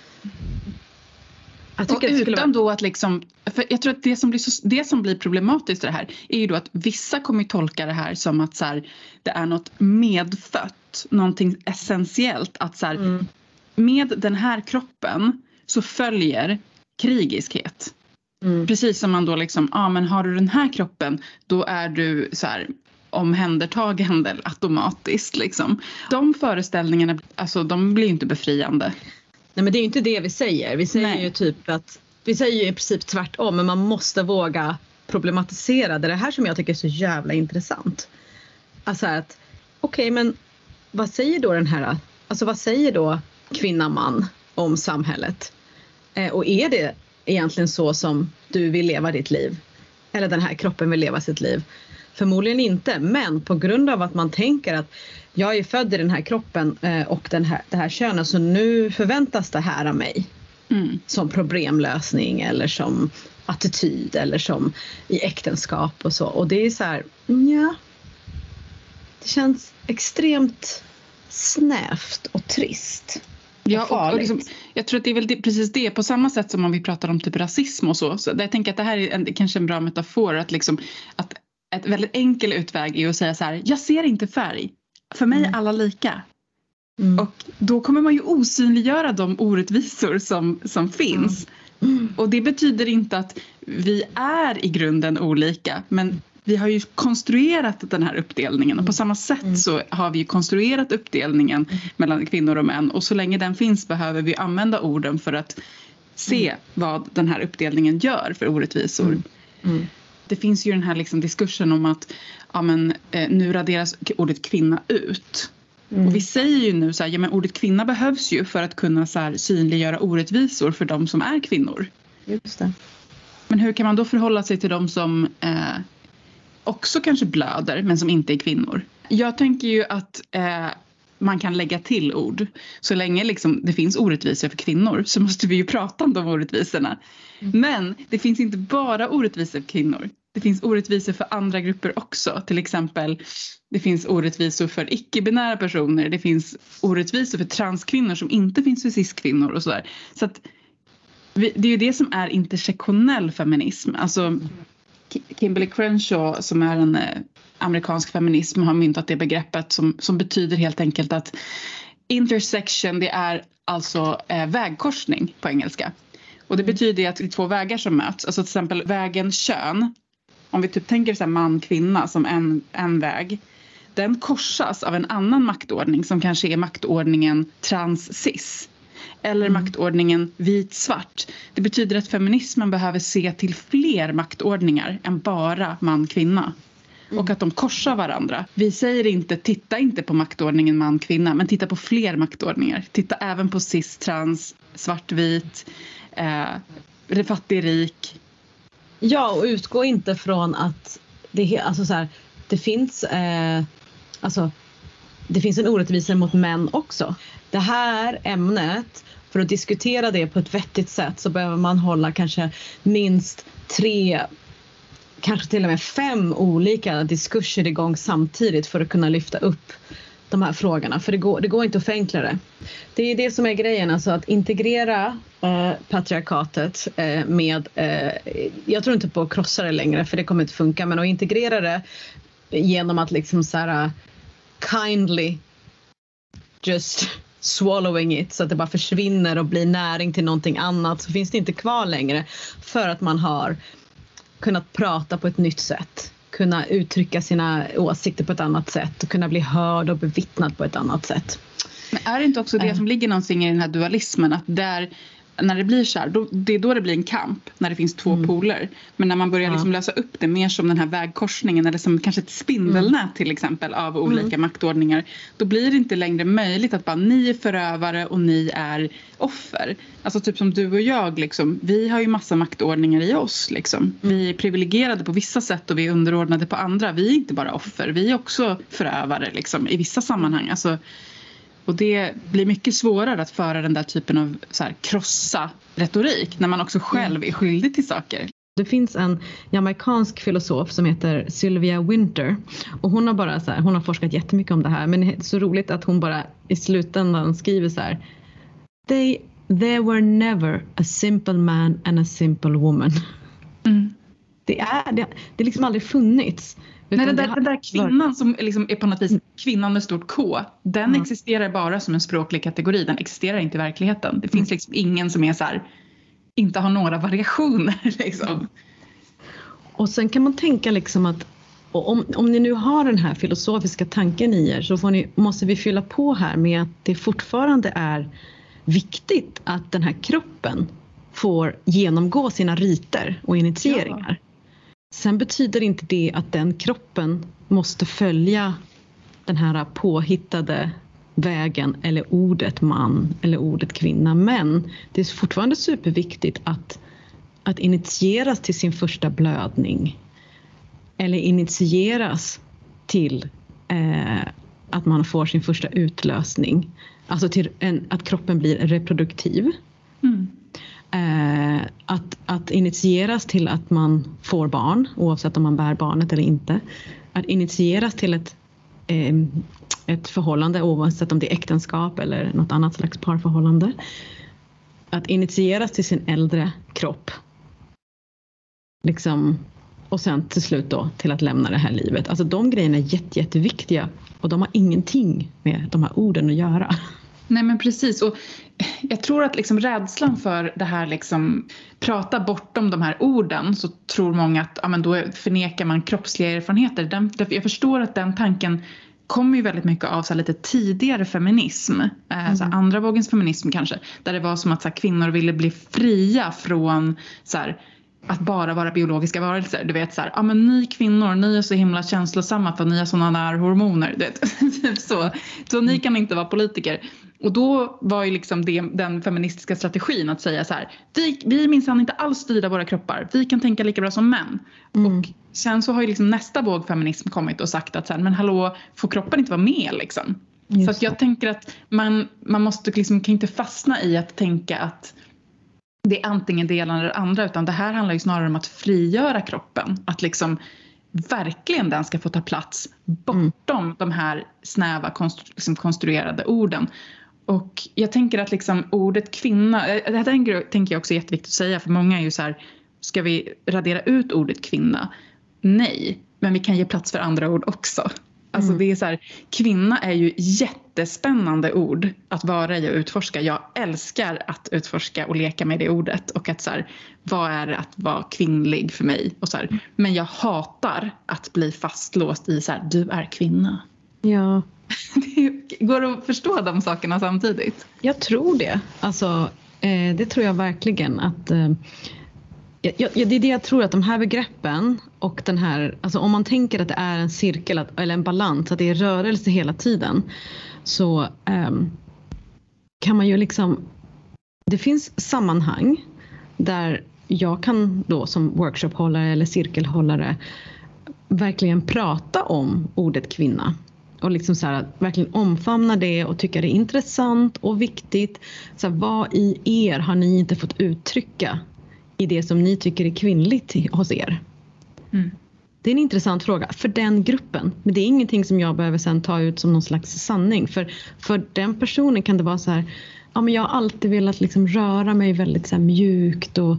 Jag och utan vara... då att liksom, för jag tror att det som blir, så, det som blir problematiskt i det här är ju då att vissa kommer tolka det här som att så här, det är något medfött, någonting essentiellt, att så här, mm. med den här kroppen så följer krigiskhet. Mm. Precis som man då liksom, ja ah, men har du den här kroppen, då är du så här omhändertagande automatiskt liksom. De föreställningarna, alltså de blir ju inte befriande. Nej, men det är ju inte det vi säger. Vi säger Nej. ju typ att, vi säger ju i princip tvärtom, men man måste våga problematisera. Det är det här som jag tycker är så jävla intressant. Alltså att, okej, okay, men vad säger då den här, alltså vad säger då kvinna, man om samhället? Eh, och är det egentligen så som du vill leva ditt liv? Eller den här kroppen vill leva sitt liv? Förmodligen inte, men på grund av att man tänker att jag är född i den här kroppen eh, och den här, det här könet, så nu förväntas det här av mig. Mm. Som problemlösning eller som attityd eller som i äktenskap och så. Och det är så här, ja, det känns extremt snävt och trist. Ja, och, och liksom, jag tror att det är väl det, precis det, på samma sätt som om vi pratar om typ rasism och så. Så jag tänker att det här är en, kanske en bra metafor, att liksom, att ett väldigt enkel utväg är att säga så här: jag ser inte färg. För mig är alla lika. Mm. Och då kommer man ju osynliggöra de orättvisor som, som finns. Mm. Mm. Och det betyder inte att vi är i grunden olika, men vi har ju konstruerat den här uppdelningen, och på samma sätt mm. så har vi ju konstruerat uppdelningen mm. mellan kvinnor och män, och så länge den finns behöver vi använda orden för att se mm. vad den här uppdelningen gör för orättvisor. Mm. Mm. Det finns ju den här liksom diskursen om att ja, men, eh, nu raderas ordet kvinna ut. Mm. Och vi säger ju nu så här, ja, men ordet kvinna behövs ju för att kunna så här, synliggöra orättvisor för de som är kvinnor. Just det. Men hur kan man då förhålla sig till de som eh, också kanske blöder men som inte är kvinnor? Jag tänker ju att eh, man kan lägga till ord. Så länge liksom det finns orättvisor för kvinnor så måste vi ju prata om de orättvisorna. Mm. Men det finns inte bara orättvisor för kvinnor. Det finns orättvisor för andra grupper också. Till exempel, det finns orättvisor för icke-binära personer. Det finns orättvisor för transkvinnor som inte finns för cis-kvinnor och sådär. Så att vi, det är ju det som är intersektionell feminism. Alltså Kimberly Crenshaw, som är en eh, amerikansk feminism, har myntat det begreppet som, som betyder helt enkelt att intersection, det är alltså eh, vägkorsning på engelska. Och det betyder att det är två vägar som möts. Alltså till exempel vägen kön. Om vi typ tänker så här man-kvinna som en, en väg. Den korsas av en annan maktordning som kanske är maktordningen trans-cis. Eller mm. maktordningen vit-svart. Det betyder att feminismen behöver se till fler maktordningar än bara man-kvinna. Mm. Och att de korsar varandra. Vi säger inte, titta inte på maktordningen man-kvinna, men titta på fler maktordningar. Titta även på cis, trans, svart-vit, eh, fattig-rik. Ja, och utgå inte från att det, alltså så här, det finns eh, alltså, det finns en orättvisa mot män också. Det här ämnet, för att diskutera det på ett vettigt sätt så behöver man hålla kanske minst tre, kanske till och med fem olika diskurser igång samtidigt för att kunna lyfta upp de här frågorna. För det går, det går inte att förenkla det. Det är det som är grejen, alltså att integrera eh, patriarkatet eh, med, eh, jag tror inte på att krossa det längre för det kommer inte funka, men att integrera det genom att liksom så här kindly just swallowing it så att det bara försvinner och blir näring till någonting annat, så finns det inte kvar längre för att man har kunnat prata på ett nytt sätt, kunna uttrycka sina åsikter på ett annat sätt och kunna bli hörd och bevittnad på ett annat sätt. Men är det inte också det som ligger någonting i den här dualismen, att där, när det blir så här, då, det är då det blir en kamp, när det finns två mm. poler. Men när man börjar ja. liksom lösa upp det mer som den här vägkorsningen eller som kanske ett spindelnät mm. till exempel av olika mm. maktordningar, då blir det inte längre möjligt att bara ni är förövare och ni är offer. Alltså typ som du och jag, liksom, vi har ju massa maktordningar i oss. Liksom. Vi är privilegierade på vissa sätt och vi är underordnade på andra. Vi är inte bara offer, vi är också förövare liksom, i vissa sammanhang. Alltså, och det blir mycket svårare att föra den där typen av så här, krossa retorik när man också själv är skyldig till saker. Det finns en jamaicansk filosof som heter Sylvia Wynter och hon har bara så här, hon har forskat jättemycket om det här, men det är så roligt att hon bara i slutändan skriver så här: They, there were never a simple man and a simple woman. Mm. Det är det, det är liksom aldrig funnits. Nej, den, där, har, den där kvinnan som liksom är på något vis kvinnan med stort K, den mm. existerar bara som en språklig kategori. Den existerar inte i verkligheten. Det finns mm. liksom ingen som är så här, inte har några variationer. Liksom. Mm. Och sen kan man tänka liksom att om, om ni nu har den här filosofiska tanken i er, så får ni, måste vi fylla på här med att det fortfarande är viktigt att den här kroppen får genomgå sina riter och initieringar. Ja. Sen betyder inte det att den kroppen måste följa den här påhittade vägen eller ordet man eller ordet kvinna. Men det är fortfarande superviktigt att, att initieras till sin första blödning. Eller initieras till eh, att man får sin första utlösning. Alltså till en, att kroppen blir reproduktiv. Mm. eh, att, att initieras till att man får barn, oavsett om man bär barnet eller inte. Att initieras till ett, eh, ett förhållande, oavsett om det är äktenskap eller något annat slags parförhållande. Att initieras till sin äldre kropp. Liksom, och sen till slut då till att lämna det här livet. Alltså de grejerna är jätte, jätteviktiga. Och de har ingenting med de här orden att göra. Nej men precis. Och jag tror att liksom rädslan för det här liksom prata bortom de här orden, så tror många att ja, men då förnekar man kroppsliga erfarenheter. Den, jag förstår att den tanken kommer ju väldigt mycket av så här lite tidigare feminism. Mm. Så här, andra vågens feminism kanske. Där det var som att så här, kvinnor ville bli fria från så här, att bara vara biologiska varelser. Du vet så här, ja men ni kvinnor, ni är så himla känslosamma för ni har sådana där hormoner. Du vet. så, så ni kan inte vara politiker. Och då var ju liksom det, den feministiska strategin att säga så här, vi, vi minsann inte alls styra våra kroppar. Vi kan tänka lika bra som män. Mm. Och sen så har ju liksom nästa våg feminism kommit och sagt att så här, men hallå, får kroppen inte vara med liksom? Just så att jag tänker att man, man måste liksom, kan inte fastna i att tänka att det är antingen det ena eller det andra, utan det här handlar ju snarare om att frigöra kroppen. Att liksom verkligen den ska få ta plats bortom mm. de här snäva konstru- liksom konstruerade orden. Och jag tänker att liksom ordet kvinna, det här tänker, tänker jag också är jätteviktigt att säga, för många är ju så här, ska vi radera ut ordet kvinna? Nej, men vi kan ge plats för andra ord också. Alltså mm. det är så här, kvinna är ju jättespännande ord att vara i och utforska. Jag älskar att utforska och leka med det ordet. Och att så här, vad är det att vara kvinnlig för mig? Och så här, men jag hatar att bli fastlåst i så här, du är kvinna. Ja. Det går att förstå de sakerna samtidigt. Jag tror det. Alltså, eh, det tror jag verkligen att... Eh, Ja, ja, det är det jag tror, att de här begreppen och den här, alltså om man tänker att det är en cirkel att, eller en balans, att det är rörelse hela tiden, så um, kan man ju liksom, det finns sammanhang där jag kan då som workshophållare eller cirkelhållare verkligen prata om ordet kvinna. Och liksom så här, verkligen omfamna det och tycka det är intressant och viktigt. Så här, vad i er har ni inte fått uttrycka i det som ni tycker är kvinnligt hos er? Mm. Det är en intressant fråga för den gruppen. Men det är ingenting som jag behöver sen ta ut som någon slags sanning. För, för den personen kan det vara så här, ja men jag har alltid velat liksom röra mig väldigt så här mjukt och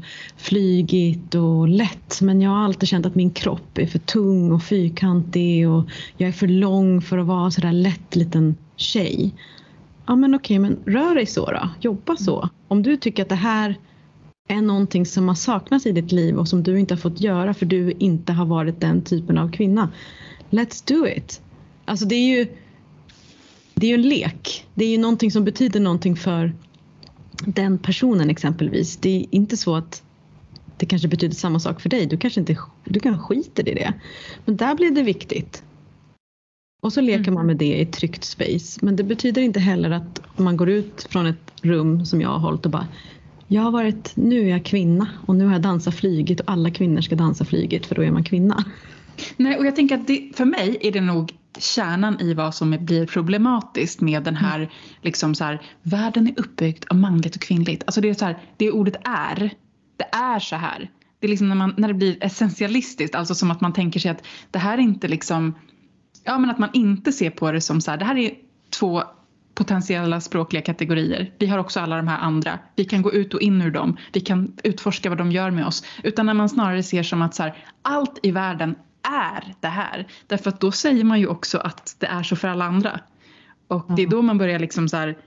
flygigt och lätt. Men jag har alltid känt att min kropp är för tung och fyrkantig och jag är för lång för att vara så där lätt liten tjej. Ja men okej, men rör dig så då. Jobba så. Om du tycker att det här är någonting som har saknats i ditt liv och som du inte har fått göra för du inte har varit den typen av kvinna. Let's do it. Alltså det är ju det är ju en lek. Det är ju någonting som betyder någonting för den personen exempelvis. Det är inte så att det kanske betyder samma sak för dig. Du kanske inte, du kan skita i det. Men där blir det viktigt. Och så leker mm. man med det i ett tryggt space. Men det betyder inte heller att man går ut från ett rum som jag har hållit och bara, jag har varit, nu är jag kvinna och nu har jag dansat flygigt och alla kvinnor ska dansa flygigt för då är man kvinna. Nej, och jag tänker att det, för mig är det nog kärnan i vad som blir problematiskt med den här, mm. liksom så här, världen är uppbyggd av manligt och kvinnligt. Alltså det är så här, det ordet är, det är så här. Det är liksom när, man, när det blir essentialistiskt, alltså som att man tänker sig att det här är inte liksom, ja men att man inte ser på det som så här, det här är två potentiella språkliga kategorier. Vi har också alla de här andra. Vi kan gå ut och in ur dem. Vi kan utforska vad de gör med oss. Utan när man snarare ser som att så här, allt i världen är det här. Därför att då säger man ju också att det är så för alla andra. Och mm. det är då man börjar liksom så här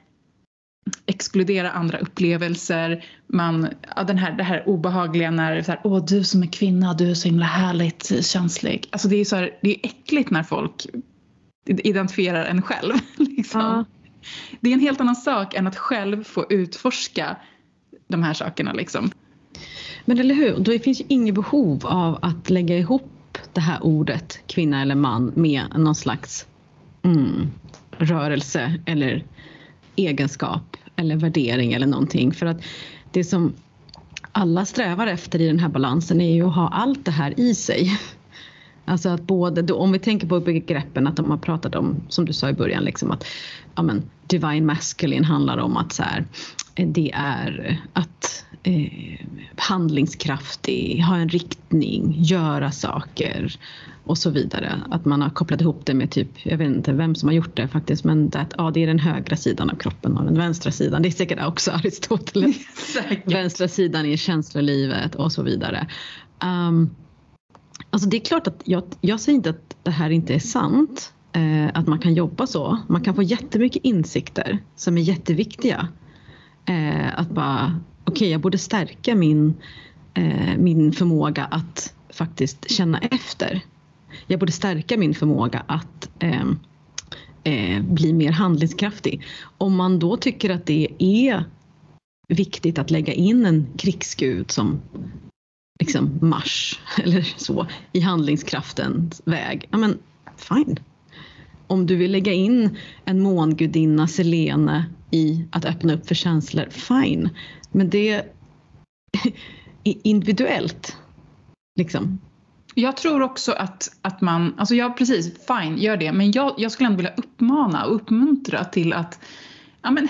exkludera andra upplevelser. Man, ja, den här, det här obehagliga när så här, åh du som är kvinna, du är så himla härligt känslig. Alltså det är så här, det är äckligt när folk identifierar en själv. Liksom. Ja. Det är en helt annan sak än att själv få utforska de här sakerna liksom. Men eller hur, då finns ju inget behov av att lägga ihop det här ordet kvinna eller man med någon slags mm, rörelse eller egenskap eller värdering eller någonting. För att det som alla strävar efter i den här balansen är ju att ha allt det här i sig. Alltså att både, om vi tänker på begreppen att de har pratat om, som du sa i början, liksom att ja men, divine masculine handlar om att så här, det är att eh, handlingskraftig, ha en riktning, göra saker och så vidare. Att man har kopplat ihop det med typ, jag vet inte vem som har gjort det faktiskt, men det, ja, det är den högra sidan av kroppen och den vänstra sidan. Det är säkert också Aristoteles. Vänstra sidan är känslolivet och så vidare. Um, alltså det är klart att jag, jag säger inte att det här inte är sant. Eh, att man kan jobba så. Man kan få jättemycket insikter som är jätteviktiga. Eh, att bara, okej okay, jag borde stärka min, eh, min förmåga att faktiskt känna efter. Jag borde stärka min förmåga att eh, eh, bli mer handlingskraftig. Om man då tycker att det är viktigt att lägga in en krigsgud som liksom Mars eller så i handlingskraftens väg. Ja men fine. Om du vill lägga in en mångudinna Selene i att öppna upp för känslor, fine. Men det är individuellt liksom. Jag tror också att, att man, alltså ja precis, fine, gör det. Men jag, jag skulle ändå vilja uppmana och uppmuntra till att, ja men,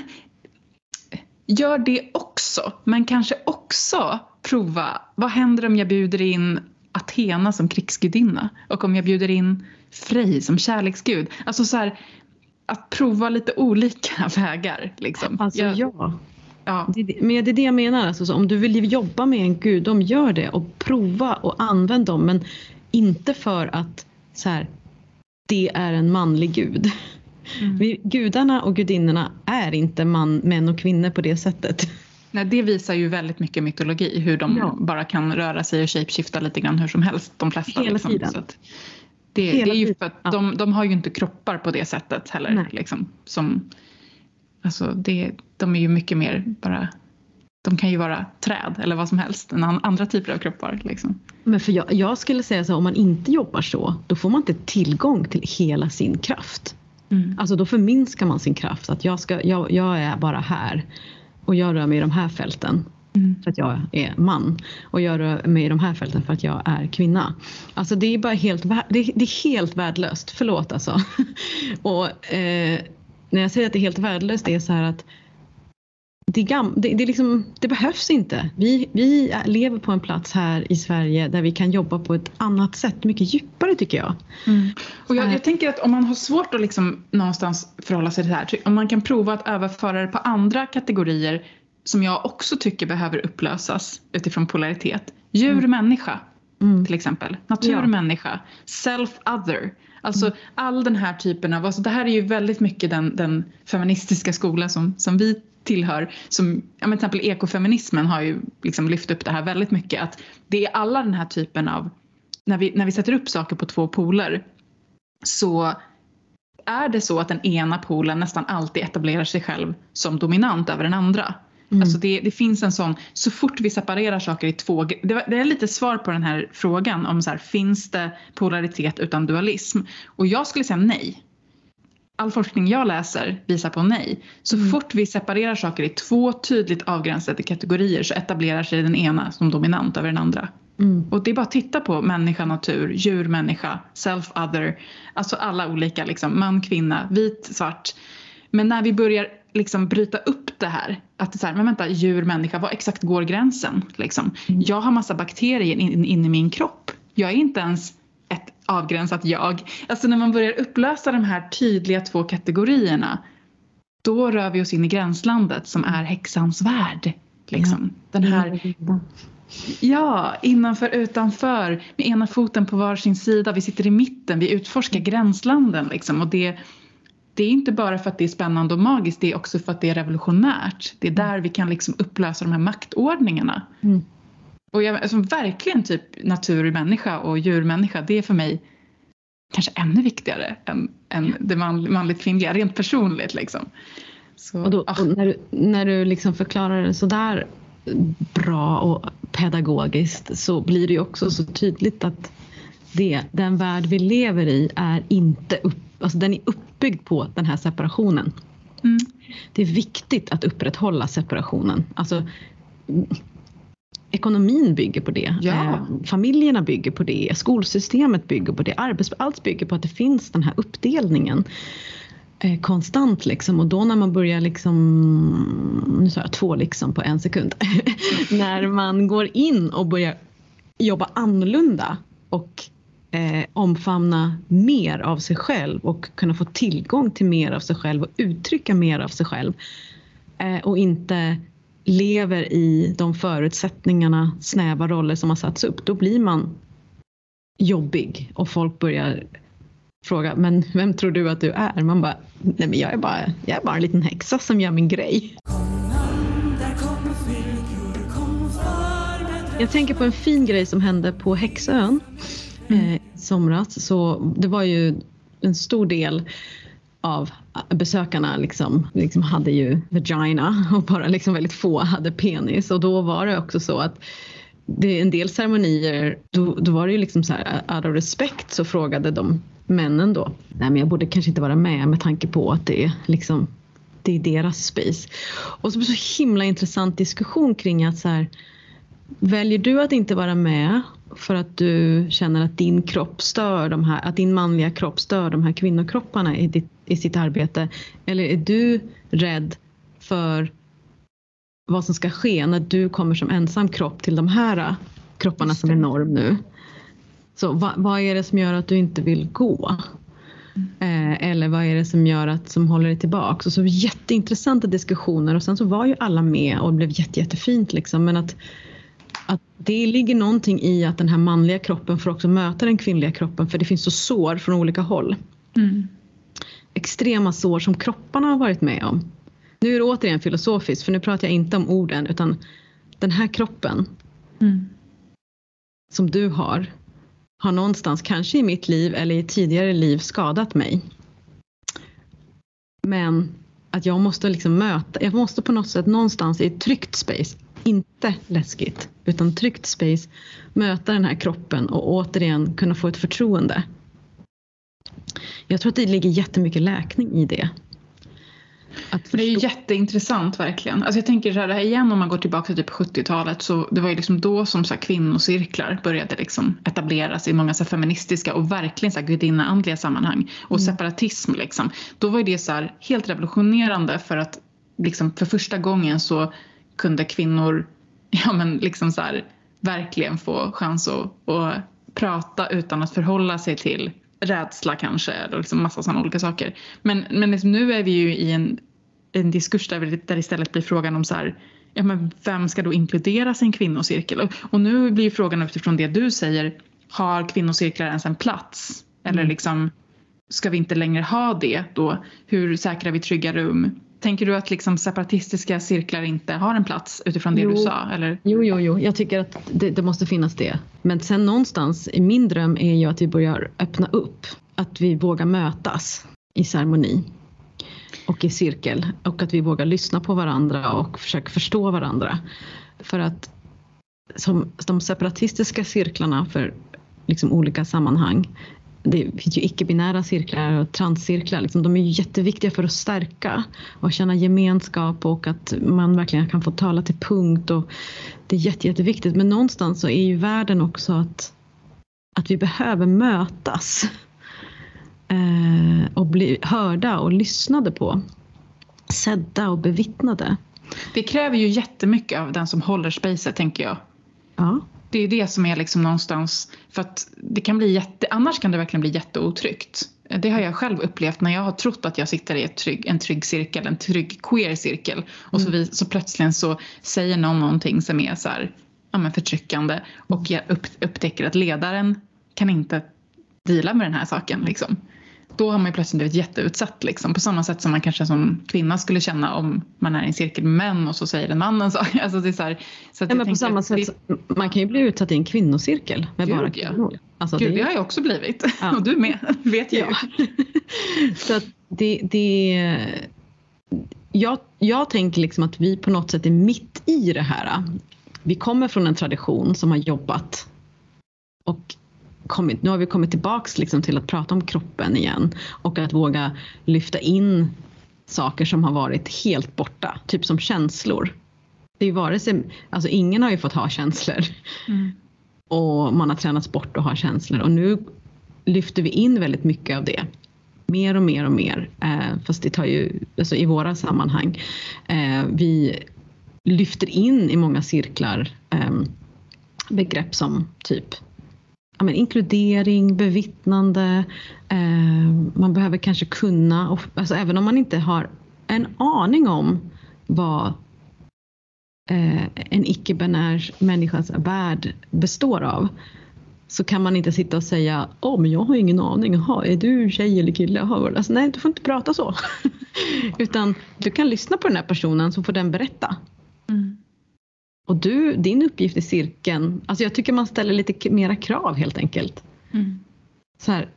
gör det också. Men kanske också prova, vad händer om jag bjuder in Athena som krigsgudinna? Och om jag bjuder in Frej som kärleksgud? Alltså så här, att prova lite olika vägar liksom. Alltså jag, ja. Ja. Det, men det är det jag menar. Alltså, så om du vill jobba med en gud, de gör det. Och prova och använd dem. Men inte för att så här, det är en manlig gud. Mm. Vi, gudarna och gudinnorna är inte man, män och kvinnor på det sättet. Nej, det visar ju väldigt mycket mytologi. Hur de ja. bara kan röra sig och shapeshifta lite grann hur som helst. De flesta. Hela liksom. tiden. Så att det, det är ju för att de, de har ju inte kroppar på det sättet heller. Liksom, som, alltså det, de är ju mycket mer bara... De kan ju vara träd eller vad som helst än andra typer av kroppar. Liksom. Men för jag, jag skulle säga så, om man inte jobbar så, då får man inte tillgång till hela sin kraft. Mm. Alltså då förminskar man sin kraft. Att jag, ska, jag, jag är bara här och jag rör mig i de här fälten mm. för att jag är man. Och jag rör mig i de här fälten för att jag är kvinna. Alltså det är bara helt, det är, det är helt värdelöst. Förlåt alltså. och eh, när jag säger att det är helt värdelöst, det är så här att Det, gam- det, det, liksom, det behövs inte. Vi, vi lever på en plats här i Sverige där vi kan jobba på ett annat sätt. Mycket djupare tycker jag. Mm. Och jag, jag tänker att om man har svårt att liksom någonstans förhålla sig till det här. Om man kan prova att överföra det på andra kategorier som jag också tycker behöver upplösas utifrån polaritet. Djur-människa mm. till exempel. Natur-människa. Ja. Self-other. Alltså mm. all den här typen av... Alltså det här är ju väldigt mycket den, den feministiska skola som, som vi tillhör, som ja, men till exempel ekofeminismen har ju liksom lyft upp det här väldigt mycket, att det är alla den här typen av, när vi, när vi sätter upp saker på två poler, så är det så att den ena polen nästan alltid etablerar sig själv som dominant över den andra. Mm. Alltså det, det finns en sån, så fort vi separerar saker i två, det, det är lite svar på den här frågan om så här, finns det polaritet utan dualism? Och jag skulle säga nej. All forskning jag läser visar på nej. Så mm. fort vi separerar saker i två tydligt avgränsade kategorier så etablerar sig den ena som dominant över den andra. Mm. Och det är bara att titta på människa, natur, djur, människa, self-other. Alltså alla olika, liksom, man, kvinna, vit, svart. Men när vi börjar liksom bryta upp det här. Att det är så här, men vänta, djur, människa, vad exakt går gränsen? Liksom? Mm. Jag har massa bakterier in, in i min kropp. Jag är inte ens ett avgränsat jag. Alltså när man börjar upplösa de här tydliga två kategorierna, då rör vi oss in i gränslandet som är häxans värld. Liksom. Den här, ja, innanför, utanför, med ena foten på varsin sida. Vi sitter i mitten, vi utforskar gränslanden. Liksom. Och det, det är inte bara för att det är spännande och magiskt, det är också för att det är revolutionärt. Det är där vi kan liksom upplösa de här maktordningarna. Mm. Och jag, alltså, verkligen typ naturmänniska och djurmänniska, det är för mig kanske ännu viktigare än, än det man, manligt kvinnliga, rent personligt liksom. Så, och då, och när du, när du liksom förklarar det så där bra och pedagogiskt, så blir det ju också så tydligt att det, den värld vi lever i är inte upp, alltså den är uppbyggd på den här separationen. Mm. Det är viktigt att upprätthålla separationen. Alltså ekonomin bygger på det. Ja. Eh, familjerna bygger på det. Skolsystemet bygger på det. Arbets- allt bygger på att det finns den här uppdelningen. eh, konstant liksom. Och då när man börjar liksom, nu sa jag två liksom på en sekund. När man går in och börjar jobba annorlunda och eh, omfamna mer av sig själv och kunna få tillgång till mer av sig själv och uttrycka mer av sig själv. Eh, och inte lever i de förutsättningarna, snäva roller som har satts upp. Då blir man jobbig och folk börjar fråga, men vem tror du att du är? Man bara, nej men jag är bara, jag är bara en liten häxa som gör min grej. Jag tänker på en fin grej som hände på Häxön eh, i somras. Så det var ju en stor del av besökarna liksom, liksom hade ju vagina och bara liksom väldigt få hade penis. Och då var det också så att det är en del ceremonier, då, då var det ju liksom så här, out of respect så frågade de männen då, nej men jag borde kanske inte vara med med tanke på att det är liksom, det är deras space. Och så blev det så himla intressant diskussion kring att så här, väljer du att inte vara med för att du känner att din kropp stör de här, att din manliga kropp stör de här kvinnokropparna i, ditt, i sitt arbete, eller är du rädd för vad som ska ske när du kommer som ensam kropp till de här kropparna som är norm nu? Så vad, vad är det som gör att du inte vill gå? Mm. Eh, eller vad är det som gör att som håller dig tillbaka? Och så jätteintressanta diskussioner och sen så var ju alla med och det blev jätte, jättefint liksom. Men att, att det ligger någonting i att den här manliga kroppen får också möta den kvinnliga kroppen, för det finns så sår från olika håll. Mm. Extrema sår som kropparna har varit med om. Nu är det återigen filosofiskt, för nu pratar jag inte om orden utan den här kroppen mm. som du har har någonstans kanske i mitt liv eller i tidigare liv skadat mig. Men att jag måste liksom möta, jag måste på något sätt någonstans i ett tryggt space, inte läskigt utan tryggt space, möta den här kroppen och återigen kunna få ett förtroende. Jag tror att det ligger jättemycket läkning i det. Det är ju jätteintressant verkligen. Alltså jag tänker så här, det här igen, om man går tillbaka till typ sjuttiotalet, så det var ju liksom då som så här kvinnocirklar började liksom etableras i många så här feministiska och verkligen så här gudinneandliga sammanhang och mm. separatism liksom. Då var ju det så här helt revolutionerande, för att liksom för första gången så kunde kvinnor ja men liksom så här verkligen få chans att, att prata utan att förhålla sig till rädsla kanske, eller liksom massa sådana olika saker. Men, men liksom nu är vi ju i en, en diskurs där, vi, där istället blir frågan om så här, ja men vem ska då inkluderas i en kvinnocirkel? Och, och nu blir frågan utifrån det du säger, har kvinnocirklar ens en plats? Eller mm. liksom, ska vi inte längre ha det då? Hur säkrar vi trygga rum? Tänker du att liksom separatistiska cirklar inte har en plats utifrån det jo. du sa? Eller? Jo, jo, jo. Jag tycker att det, det måste finnas det. Men sen någonstans i min dröm är ju att vi börjar öppna upp. Att vi vågar mötas i ceremoni och i cirkel. Och att vi vågar lyssna på varandra och försöka förstå varandra. För att som de separatistiska cirklarna för liksom olika sammanhang, det finns ju icke-binära cirklar och transcirklar. Liksom, de är ju jätteviktiga för att stärka och känna gemenskap och att man verkligen kan få tala till punkt. Och det är jätte, jätteviktigt. Men någonstans så är ju världen också att, att vi behöver mötas eh, och bli hörda och lyssnade på. Sedda och bevittnade. Det kräver ju jättemycket av den som håller spacet, tänker jag. Ja. Det är det som är liksom någonstans, för att det kan bli jätte, annars kan det verkligen bli jätteotryggt. Det har jag själv upplevt när jag har trott att jag sitter i ett trygg, en trygg cirkel, en trygg queer-cirkel. Och så, vi, så plötsligt så säger någon någonting som är så här, ja men förtryckande. Och jag upp, upptäcker att ledaren kan inte deala med den här saken liksom. Då har man ju plötsligt blivit jätteutsatt liksom. På samma sätt som man kanske som kvinna skulle känna om man är i en cirkel med män och så säger den mannen så. Alltså det är så här, så att ja, men på samma sätt, det... man kan ju bli utsatt i en kvinnocirkel med Gud, bara kvinnor. Ja. Alltså, Gud, det... det har jag också blivit. Ja. Och du med, vet jag. Ja. Så att det... det... Jag, jag tänker liksom att vi på något sätt är mitt i det här. Vi kommer från en tradition som har jobbat och kommit, nu har vi kommit tillbaks liksom till att prata om kroppen igen och att våga lyfta in saker som har varit helt borta, typ som känslor. Det är ju vare sig, alltså ingen har ju fått ha känslor mm. och man har tränats bort att ha känslor och nu lyfter vi in väldigt mycket av det mer och mer och mer. Eh, fast det tar ju, alltså i våra sammanhang. Eh, vi lyfter in i många cirklar eh, begrepp som typ ja, men inkludering, bevittnande. Eh, man behöver kanske kunna, och, alltså även om man inte har en aning om vad eh, en icke-binär människas värld består av, så kan man inte sitta och säga åh oh, men jag har ingen aning, Jaha, är du tjej eller kille? Alltså, nej, du får inte prata så. Utan du kan lyssna på den här personen, så får den berätta. Mm. Och du, din uppgift i cirkeln, alltså jag tycker man ställer lite mera krav helt enkelt. Mm. Så här.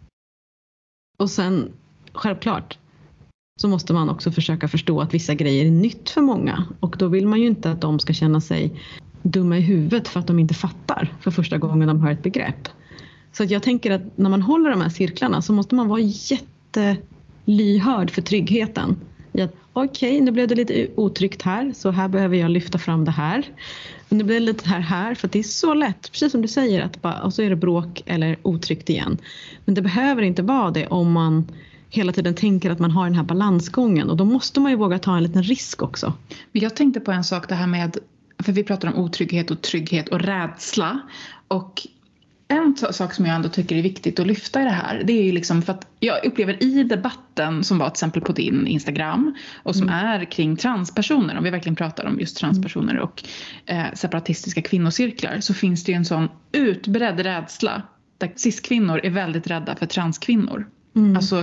Och sen, självklart, så måste man också försöka förstå att vissa grejer är nytt för många. Och då vill man ju inte att de ska känna sig dumma i huvudet för att de inte fattar för första gången de hör ett begrepp. Så att jag tänker att när man håller de här cirklarna så måste man vara jättelyhörd för tryggheten. I att okej, okay, nu blev det lite otryggt här, så här behöver jag lyfta fram det här. Och nu blir det lite här här, för att det är så lätt, precis som du säger, att bara, och så är det bråk eller otryggt igen. Men det behöver inte vara det om man hela tiden tänker att man har den här balansgången, och då måste man ju våga ta en liten risk också. Jag tänkte på en sak, det här med, för vi pratar om otrygghet och trygghet och rädsla, och en sak som jag ändå tycker är viktigt att lyfta i det här, det är ju liksom för att jag upplever i debatten som var till exempel på din Instagram och som mm. är kring transpersoner, om vi verkligen pratar om just transpersoner och eh, separatistiska kvinnocirklar, så finns det ju en sån utbredd rädsla där cis-kvinnor är väldigt rädda för transkvinnor. Mm. Alltså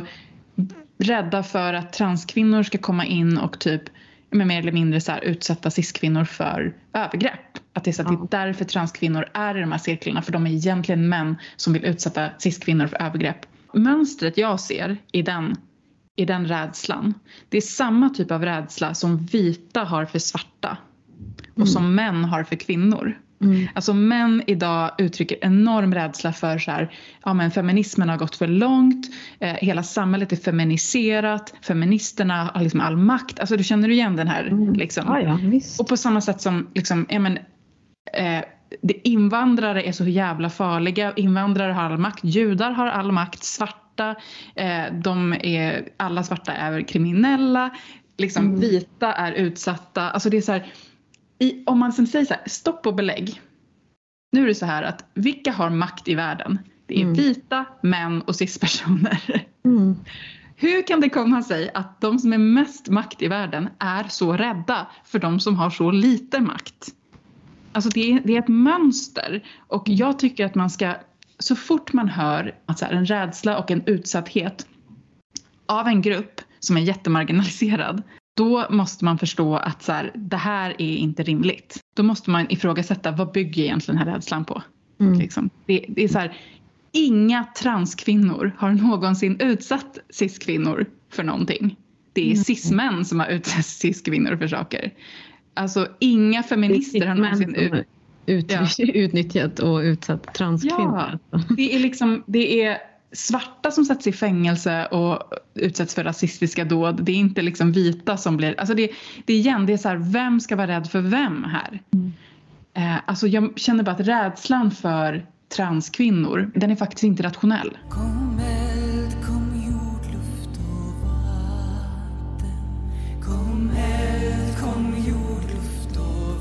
rädda för att transkvinnor ska komma in och typ med mer eller mindre så här utsätta cis-kvinnor för övergrepp. Att det är så att ja. det är därför transkvinnor är i de här cirklarna, för de är egentligen män som vill utsätta cis-kvinnor för övergrepp. Mönstret jag ser i den, i den rädslan, det är samma typ av rädsla som vita har för svarta och mm. som män har för kvinnor. Mm. Alltså män idag uttrycker enorm rädsla för så här, ja men feminismen har gått för långt, eh, hela samhället är feminiserat, feministerna har liksom all makt, alltså du känner igen den här mm. liksom. Ah, ja, visst. Och på samma sätt som liksom, ja men eh, det, invandrare är så jävla farliga, invandrare har all makt, judar har all makt, svarta, eh, de är, alla svarta är kriminella, liksom mm. vita är utsatta, alltså det är så här. I, om man sen säger så här, stopp och belägg. Nu är det så här att vilka har makt i världen? Det är mm. vita, män och cis-personer. Mm. Hur kan det komma sig att de som är mest makt i världen är så rädda för de som har så lite makt? Alltså det är, det är ett mönster. Och jag tycker att man ska, så fort man hör att så här, en rädsla och en utsatthet av en grupp som är jättemarginaliserad, då måste man förstå att så här, det här är inte rimligt. Då måste man ifrågasätta, vad bygger egentligen den här rädslan på? Mm. Liksom. Det, det är så här, inga transkvinnor har någonsin utsatt cis-kvinnor för någonting. Det är mm. cis-män som har utsatt cis-kvinnor för saker. Alltså inga feminister har någonsin ut, ut, ja. utnyttjat och utsatt transkvinnor. Ja, det är liksom, det är svarta som sätts i fängelse och utsätts för rasistiska dåd. Det är inte liksom vita som blir, alltså det, det är igen, det är så här, vem ska vara rädd för vem här? Mm. Eh, alltså jag känner bara att rädslan för transkvinnor, den är faktiskt inte rationell. Kom eld, kom jord, luft och vatten. Kom eld, kom jord, luft och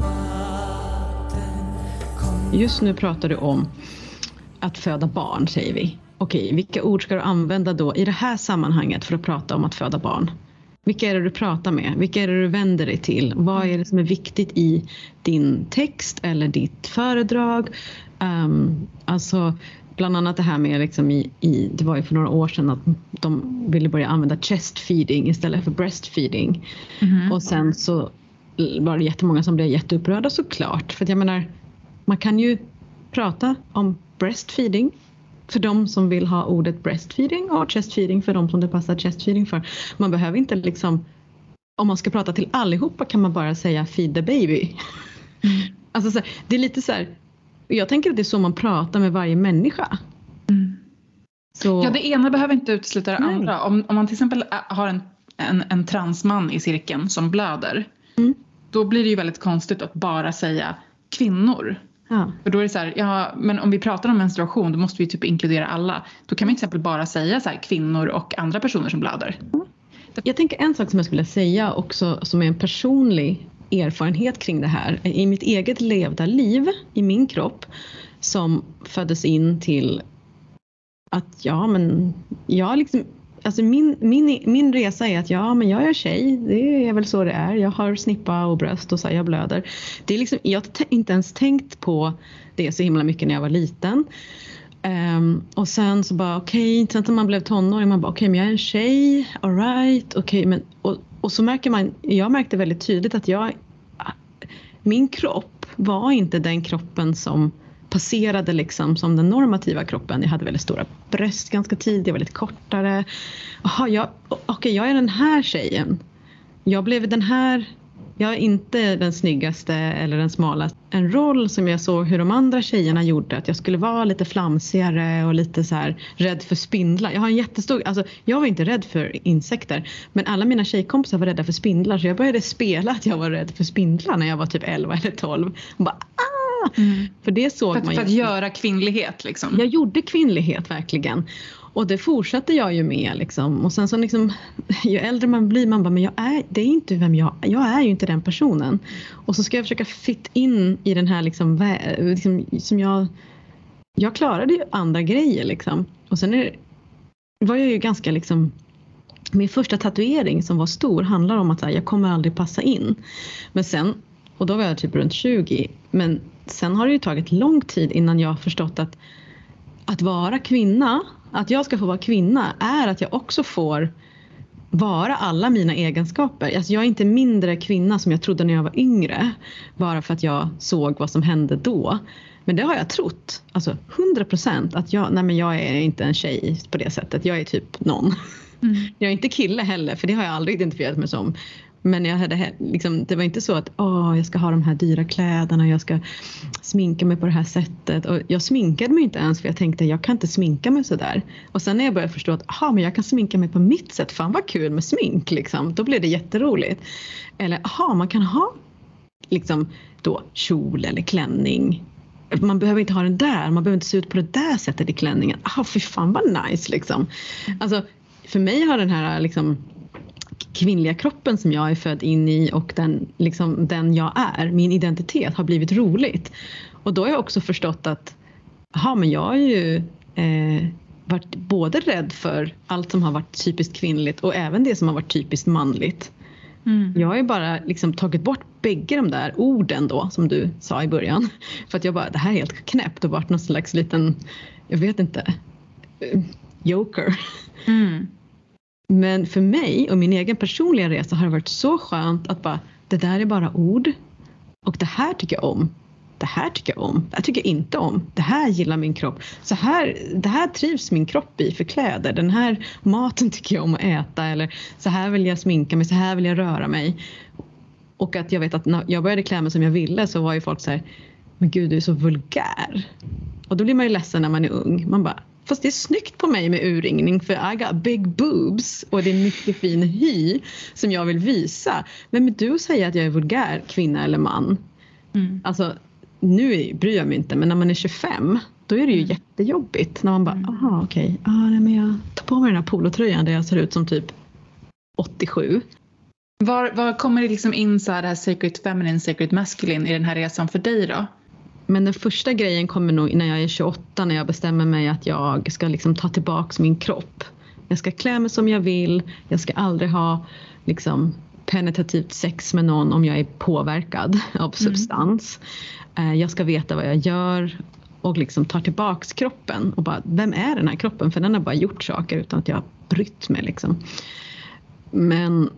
vatten. Kom... Just nu pratar du om att föda barn, säger vi. Okej, vilka ord ska du använda då i det här sammanhanget för att prata om att föda barn? Vilka är det du pratar med? Vilka är det du vänder dig till? Vad är det som är viktigt i din text eller ditt föredrag? Um, alltså bland annat det här med liksom i, i, det var ju för några år sedan att de ville börja använda chest feeding istället för breastfeeding. Mm-hmm. Och sen så var det jättemånga som blev jätteupprörda såklart. För att jag menar, man kan ju prata om breastfeeding för de som vill ha ordet breastfeeding och chestfeeding för de som det passar chestfeeding för. Man behöver inte liksom, om man ska prata till allihopa kan man bara säga feed the baby. Mm. Alltså så här, det är lite så här, jag tänker att det är så man pratar med varje människa. Mm. Så... Ja, det ena behöver inte utesluta det andra. Om, om man till exempel har en, en, en transman i cirkeln som blöder, mm. då blir det ju väldigt konstigt att bara säga kvinnor. Ja. För då är det så här, ja, men om vi pratar om menstruation då måste vi typ inkludera alla. Då kan man till exempel bara säga så här, kvinnor och andra personer som blöder. Jag tänker en sak som jag skulle säga också som är en personlig erfarenhet kring det här. I mitt eget levda liv, i min kropp som föddes in till att ja men jag liksom, alltså min, min, min resa är att ja men jag är tjej, det är väl så det är. Jag har snippa och bröst och så här, jag blöder. Det är liksom, jag har t- inte ens tänkt på det så himla mycket när jag var liten. Um, och sen så bara okej, okay, sen när man blev tonåring man bara okej okay, men jag är en tjej, all right, okej okay, men och, och så märker man, jag märkte väldigt tydligt att jag, min kropp var inte den kroppen som passerade liksom som den normativa kroppen. Jag hade väldigt stora bröst ganska tidigt, jag var lite kortare. Jaha, jag, okej okay, jag är den här tjejen. Jag blev den här, jag är inte den snyggaste eller den smalaste. En roll som jag såg hur de andra tjejerna gjorde, att jag skulle vara lite flamsigare och lite så här rädd för spindlar. Jag har en jättestor, alltså jag var inte rädd för insekter, men alla mina tjejkompisar var rädda för spindlar, så jag började spela att jag var rädd för spindlar när jag var typ elva eller tolv. Och bara, ah! Mm. För det såg för att, man ju. För att göra kvinnlighet liksom. Jag gjorde kvinnlighet verkligen. Och det fortsatte jag ju med liksom. Och sen så liksom, ju äldre man blir man bara, men jag är, det är inte vem jag, jag är ju inte den personen. Och så ska jag försöka fit in i den här liksom, liksom som jag, jag klarade ju andra grejer liksom. Och sen är, var jag ju ganska liksom, min första tatuering som var stor handlar om att här, jag kommer aldrig passa in. Men sen, och då var jag typ runt tjugo, men sen har det ju tagit lång tid innan jag har förstått att att vara kvinna, att jag ska få vara kvinna är att jag också får vara alla mina egenskaper. Alltså jag är inte mindre kvinna som jag trodde när jag var yngre. Bara för att jag såg vad som hände då. Men det har jag trott. Alltså hundra procent att jag, nej men jag är inte en tjej på det sättet. Jag är typ någon. Mm. Jag är inte kille heller, för det har jag aldrig identifierat mig som. Men jag hade, liksom, det var inte så att åh, jag ska ha de här dyra kläderna, jag ska sminka mig på det här sättet. Och jag sminkade mig inte ens för jag tänkte jag kan inte sminka mig så där. Och sen när jag började förstå att aha, men jag kan sminka mig på mitt sätt, fan vad kul med smink liksom. Då blev det jätteroligt. Eller aha, man kan ha liksom då kjol eller klänning. Man behöver inte ha den där, man behöver inte se ut på det där sättet i klänningen. Aha, för fan vad nice liksom. Alltså för mig har den här liksom kvinnliga kroppen som jag är född in i och den, liksom, den jag är, min identitet har blivit roligt. Och då har jag också förstått att aha, men jag har ju eh, varit både rädd för allt som har varit typiskt kvinnligt och även det som har varit typiskt manligt. Mm. Jag har ju bara liksom tagit bort bägge de där orden då som du sa i början. För att jag bara, det här är helt knäppt och varit någon slags liten, jag vet inte, joker. Mm. Men för mig och min egen personliga resa har det varit så skönt att bara, det där är bara ord. Och det här tycker jag om. Det här tycker jag om. Det här tycker jag inte om. Det här gillar min kropp. Så här, det här trivs min kropp i för kläder. Den här maten tycker jag om att äta. Eller så här vill jag sminka mig. Så här vill jag röra mig. Och att jag vet att när jag började klä mig som jag ville så var ju folk så här, men gud du är så vulgär. Och då blir man ju ledsen när man är ung. Man bara, fast det är snyggt på mig med urringning för I got big boobs och det är mycket fin hy som jag vill visa. Men du säger att jag är vulgär kvinna eller man. Mm. Alltså nu bryr jag mig inte, men när man är tjugofem då är det ju mm. jättejobbigt. När man bara, mm. aha okej, okay. ah, nej, men jag tar på mig den här polotröjan där jag ser ut som typ åttiosju. Var, var kommer det liksom in så här, det här sacred feminine, sacred masculine i den här resan för dig då? Men den första grejen kommer nog när jag är tjugoåtta, när jag bestämmer mig att jag ska liksom ta tillbaka min kropp. Jag ska klä mig som jag vill. Jag ska aldrig ha liksom penetrativt sex med någon om jag är påverkad av substans. Mm. Jag ska veta vad jag gör och liksom tar tillbaks kroppen. Och bara, vem är den här kroppen? För den har bara gjort saker utan att jag har brytt mig liksom. Men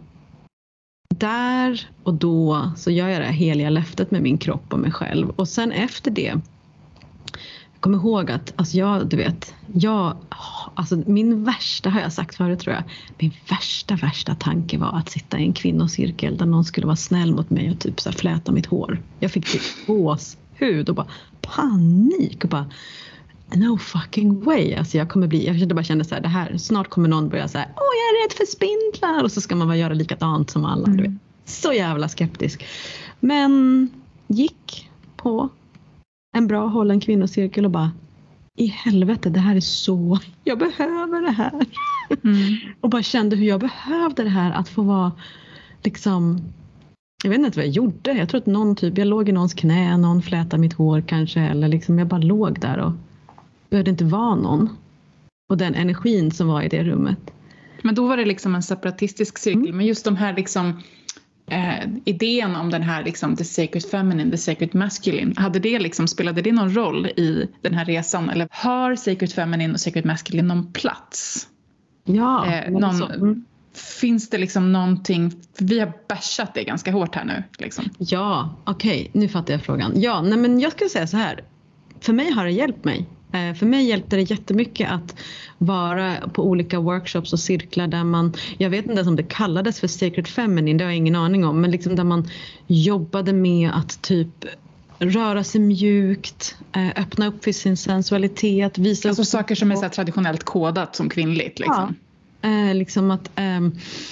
där och då så gör jag det heliga löftet med min kropp och mig själv. Och sen efter det, jag kommer ihåg att alltså jag, du vet, jag, alltså min värsta, har jag sagt förut tror jag, min värsta, värsta tanke var att sitta i en kvinnocirkel där någon skulle vara snäll mot mig och typ så här fläta mitt hår. Jag fick typ gåshud och bara panik och bara no fucking way. Alltså jag kommer bli, jag bara kände så här, det här, snart kommer någon börja säga, åh jag är rädd för spindlar och så ska man bara göra likadant som alla. Mm. Du vet. Så jävla skeptisk. Men gick på en bra hållen kvinnocirkel och bara i helvete, det här är så, jag behöver det här. Mm. Och bara kände hur jag behövde det här, att få vara liksom, jag vet inte vad jag gjorde. Jag tror att någon typ, jag låg i någons knä, någon flätade mitt hår kanske, eller liksom jag bara låg där och behövde inte vara någon. Och den energin som var i det rummet. Men då var det liksom en separatistisk cirkel. Mm. Men just de här liksom eh, idén om den här liksom the sacred feminine, the sacred masculine. Hade det liksom, spelade det någon roll i den här resan? Eller har sacred feminine och sacred masculine någon plats? Ja. Eh, någon, mm. Finns det liksom någonting, vi har bärsat det ganska hårt här nu. Liksom. Ja, okej. Okay, nu fattar jag frågan. Ja, nej, men jag skulle säga så här. För mig har det hjälpt mig. För mig hjälpte det jättemycket att vara på olika workshops och cirklar där man, jag vet inte ens om det kallades för Sacred Feminine, det har jag ingen aning om, men liksom där man jobbade med att typ röra sig mjukt, öppna upp för sin sensualitet, visa alltså upp saker som är så här traditionellt kodat som kvinnligt liksom. Ja, liksom att ähm,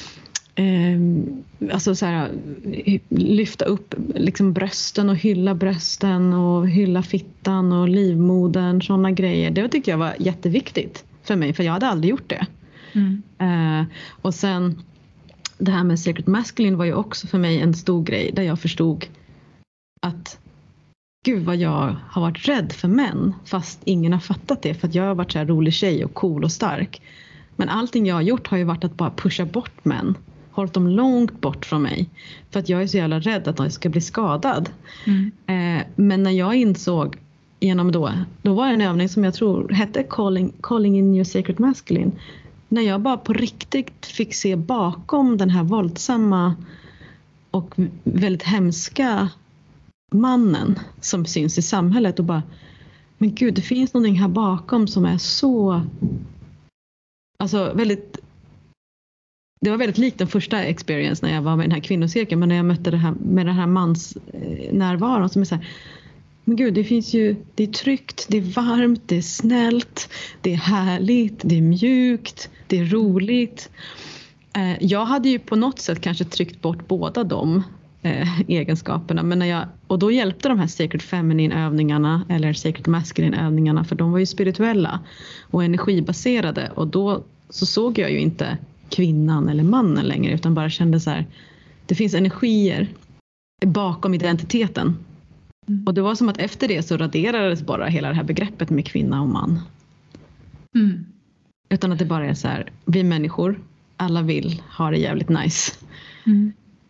ähm, alltså så här, lyfta upp liksom brösten och hylla brösten och hylla fittan och livmodern, sådana grejer. Det tycker jag var jätteviktigt för mig, för jag hade aldrig gjort det. Mm. Uh, och sen det här med Sacred Masculine var ju också för mig en stor grej där jag förstod att gud vad jag har varit rädd för män, fast ingen har fattat det, för att jag har varit så här rolig tjej och cool och stark. Men allting jag har gjort har ju varit att bara pusha bort män. Hållit dem långt bort från mig. För att jag är så jävla rädd att de ska bli skadad. Mm. Eh, men när jag insåg genom då. Då var det en övning som jag tror hette Calling, calling in your sacred masculine. När jag bara på riktigt fick se bakom den här våldsamma och väldigt hemska mannen som syns i samhället. Och bara, men gud, det finns någonting här bakom som är så... Alltså väldigt... Det var väldigt likt den första experience när jag var med den här kvinnocirkeln. Men när jag mötte det här med den här mans närvaron som är så här... Men gud, det finns ju... Det är tryggt, det är varmt, det är snällt. Det är härligt, det är mjukt, det är roligt. Jag hade ju på något sätt kanske tryckt bort båda de eh, egenskaperna. Men när jag, och då hjälpte de här Sacred Feminine-övningarna eller Sacred Masculine-övningarna. För de var ju spirituella och energibaserade. Och då så såg jag ju inte kvinnan eller mannen längre. Utan bara kände så här, det finns energier bakom identiteten. Mm. Och det var som att efter det så raderades bara hela det här begreppet med kvinna och man. Mm. Utan att det bara är så här, vi människor, alla vill ha det jävligt nice. Mm.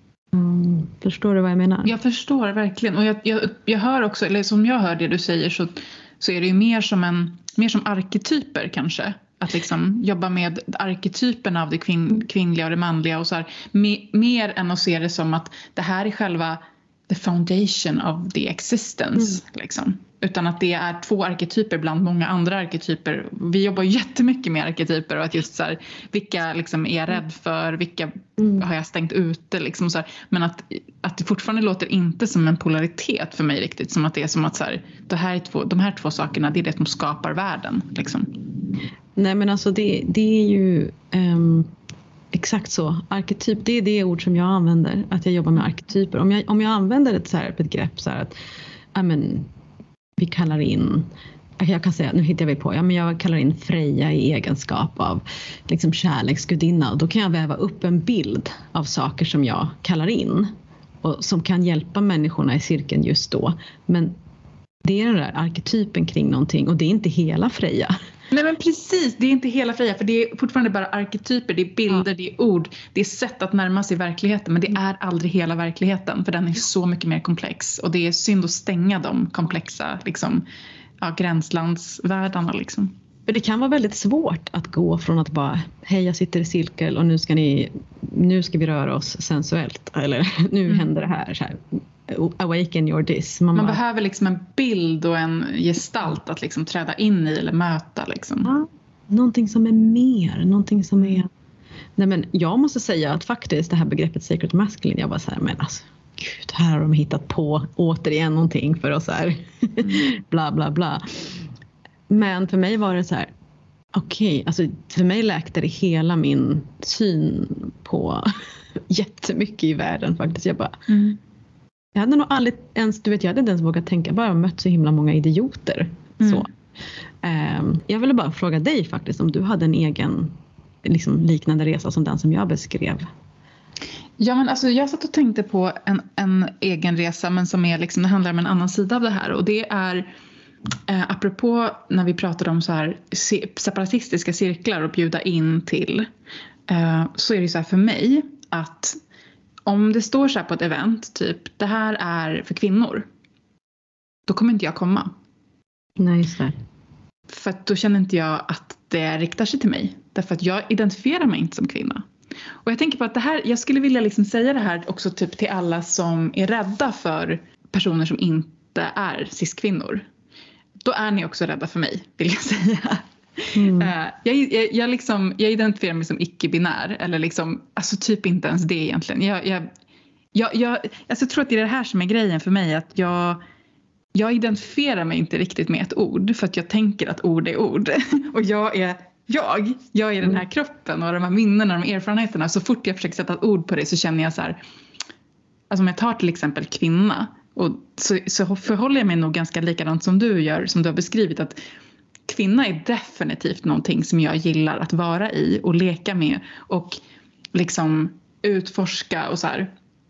Mm, förstår du vad jag menar? Jag förstår verkligen. Och jag, jag, jag hör också, eller som jag hör det du säger, så, så är det ju mer som, en, mer som arketyper kanske. Att liksom jobba med arketyperna av det kvin, kvinnliga och det manliga. Och så här, me, mer än att se det som att det här är själva the foundation of the existence. Mm. Liksom. Utan att det är två arketyper bland många andra arketyper. Vi jobbar jättemycket med arketyper och att just så här, vilka liksom är jag rädd för, vilka mm. har jag stängt ute liksom så här. Men att, att det fortfarande låter inte som en polaritet för mig riktigt, som att det är som att så här, det här är två, de här två sakerna, det är det som skapar världen liksom. Nej, men alltså det, det är ju um, exakt så. Arketyp, det är det ord som jag använder, att jag jobbar med arketyper. Om jag, om jag använder ett så här begrepp så här att I mean, vi kallar in, jag kan säga, nu hittar vi på, ja, men jag kallar in Freja i egenskap av liksom kärleksgudinna. Och då kan jag väva upp en bild av saker som jag kallar in och som kan hjälpa människorna i cirkeln just då. Men det är den där arketypen kring någonting och det är inte hela Freja. Nej, men precis, det är inte hela Freja, för det är fortfarande bara arketyper, det är bilder, ja. Det är ord, det är sätt att närma sig verkligheten, men det är aldrig hela verkligheten, för den är så mycket mer komplex och det är synd att stänga de komplexa liksom, ja, gränslandsvärldarna liksom. För det kan vara väldigt svårt att gå från att bara, hej, jag sitter i cirkel och nu ska ni, nu ska vi röra oss sensuellt, eller nu mm. händer det här så här. Awaken your this. Man, Man bara, behöver liksom en bild och en gestalt att liksom träda in i eller möta liksom. Ja, någonting som är mer, någonting som är... Nej, men jag måste säga att faktiskt det här begreppet sacred masculine, jag bara så här, men alltså gud, här har de hittat på återigen någonting för oss här. Mm. bla bla bla. Men för mig var det så här, okej, okay, alltså för mig läkte det hela min syn på jättemycket i världen faktiskt. Jag bara... Mm. Jag hade nog aldrig ens, du vet, jag hade inte ens vågat tänka, bara mött så himla många idioter. Mm. Så. Um, jag ville bara fråga dig faktiskt om du hade en egen liksom, liknande resa som den som jag beskrev. Ja, men alltså jag satt och tänkte på en, en egen resa, men som är liksom, det handlar om en annan sida av det här. Och det är eh, apropå när vi pratade om så här separatistiska cirklar och bjuda in till, eh, så är det så här för mig att om det står så här på ett event, typ det här är för kvinnor, då kommer inte jag komma. Nej, just det. För att då känner inte jag att det riktar sig till mig. Därför att jag identifierar mig inte som kvinna. Och jag tänker på att det här, jag skulle vilja liksom säga det här också typ till alla som är rädda för personer som inte är cis-kvinnor. Då är ni också rädda för mig, vill jag säga. Mm. Uh, jag, jag, jag, liksom, jag identifierar mig som icke-binär. Eller liksom, alltså typ inte ens det egentligen. Jag, jag, jag, jag, alltså jag tror att det är det här som är grejen för mig. Att jag, jag identifierar mig inte riktigt med ett ord. För att jag tänker att ord är ord. Och jag är jag. Jag är den här kroppen och de här minnena och de erfarenheterna. Så fort jag försöker sätta ett ord på det så känner jag så här. Alltså om jag tar till exempel kvinna. Och så, så förhåller jag mig nog ganska likadant som du gör. Som du har beskrivit att kvinna är definitivt någonting som jag gillar att vara i och leka med och liksom utforska och så här.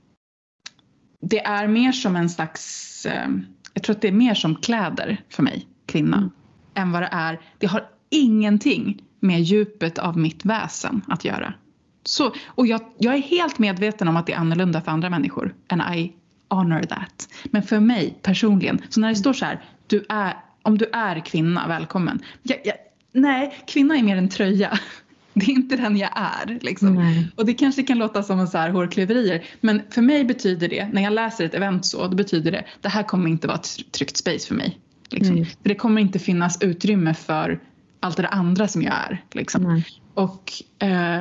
Det är mer som en slags, eh, jag tror att det är mer som kläder för mig, kvinna, mm. än vad det är. Det har ingenting med djupet av mitt väsen att göra. Så, och jag, jag är helt medveten om att det är annorlunda för andra människor, and I honor that. Men för mig personligen, så när det står så här, du är om du är kvinna, välkommen. Jag, jag, nej, kvinna är mer en tröja. Det är inte den jag är. Liksom. Och det kanske kan låta som en så här hårklyverier. Men för mig betyder det, när jag läser ett event så, då betyder det, det här kommer inte vara ett tryggt space för mig. Liksom. Mm. För det kommer inte finnas utrymme för allt det andra som jag är. Liksom. Mm. Och eh,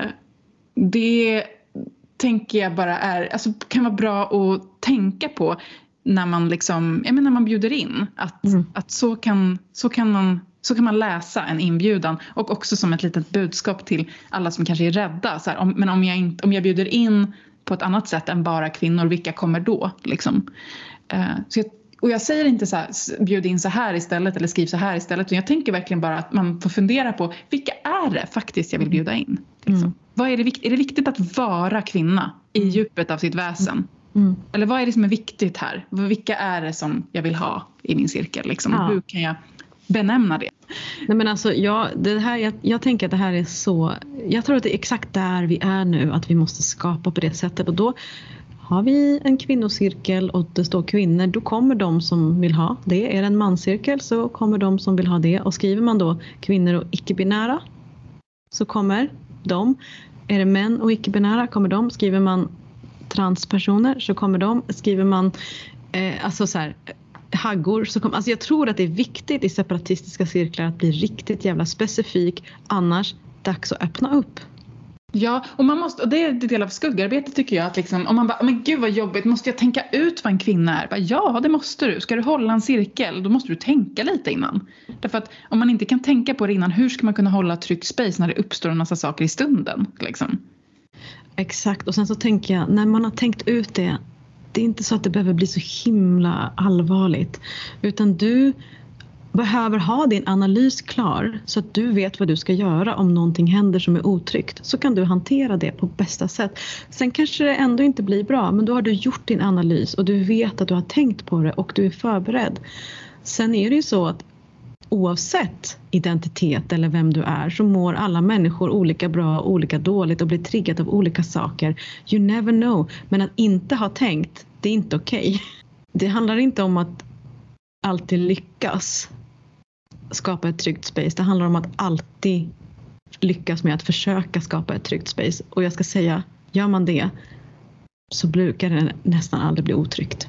det tänker jag bara är, alltså kan vara bra att tänka på när man liksom, jag menar, när man bjuder in att, mm. att så, kan, så, kan man, så kan man läsa en inbjudan och också som ett litet budskap till alla som kanske är rädda så här, om, men om jag, inte, om jag bjuder in på ett annat sätt än bara kvinnor, vilka kommer då liksom? Uh, så jag, och jag säger inte så här, bjud in så här istället eller skriv så här istället, utan jag tänker verkligen bara att man får fundera på vilka är det faktiskt jag vill bjuda in liksom. Mm. Vad är det, är det viktigt att vara kvinna i djupet av sitt väsen? Mm. Eller vad är det som är viktigt här? Vilka är det som jag vill ha i min cirkel? Liksom? Ja. Hur kan jag benämna det? Nej, men alltså, jag, det här, jag, jag tänker att det här är så... Jag tror att det är exakt där vi är nu. Att vi måste skapa på det sättet. Och då har vi en kvinnocirkel och det står kvinnor. Då kommer de som vill ha det. Är det en manscirkel så kommer de som vill ha det. Och skriver man då kvinnor och icke-binära så kommer de. Är det män och icke-binära kommer de. Skriver man transpersoner så kommer de, skriver man eh, alltså så här, haggor så kommer, alltså jag tror att det är viktigt i separatistiska cirklar att bli riktigt jävla specifik, annars dags att öppna upp. Ja, och man måste, och det är en del av skuggarbete tycker jag, att liksom, om man bara, men gud vad jobbigt, måste jag tänka ut vad en kvinna är? Bara, ja, det måste du. Ska du hålla en cirkel, då måste du tänka lite innan. Därför att om man inte kan tänka på det innan, hur ska man kunna hålla trygg space när det uppstår en massa saker i stunden liksom? Exakt, och sen så tänker jag, när man har tänkt ut det, det är inte så att det behöver bli så himla allvarligt. Utan du behöver ha din analys klar så att du vet vad du ska göra om någonting händer som är otryggt. Så kan du hantera det på bästa sätt. Sen kanske det ändå inte blir bra, men då har du gjort din analys och du vet att du har tänkt på det och du är förberedd. Sen är det ju så att oavsett identitet eller vem du är så mår alla människor olika bra och olika dåligt och blir triggat av olika saker. You never know. Men att inte ha tänkt, det är inte okej. Okay. Det handlar inte om att alltid lyckas skapa ett tryggt space. Det handlar om att alltid lyckas med att försöka skapa ett tryggt space. Och jag ska säga, gör man det så brukar det nästan aldrig bli otryggt.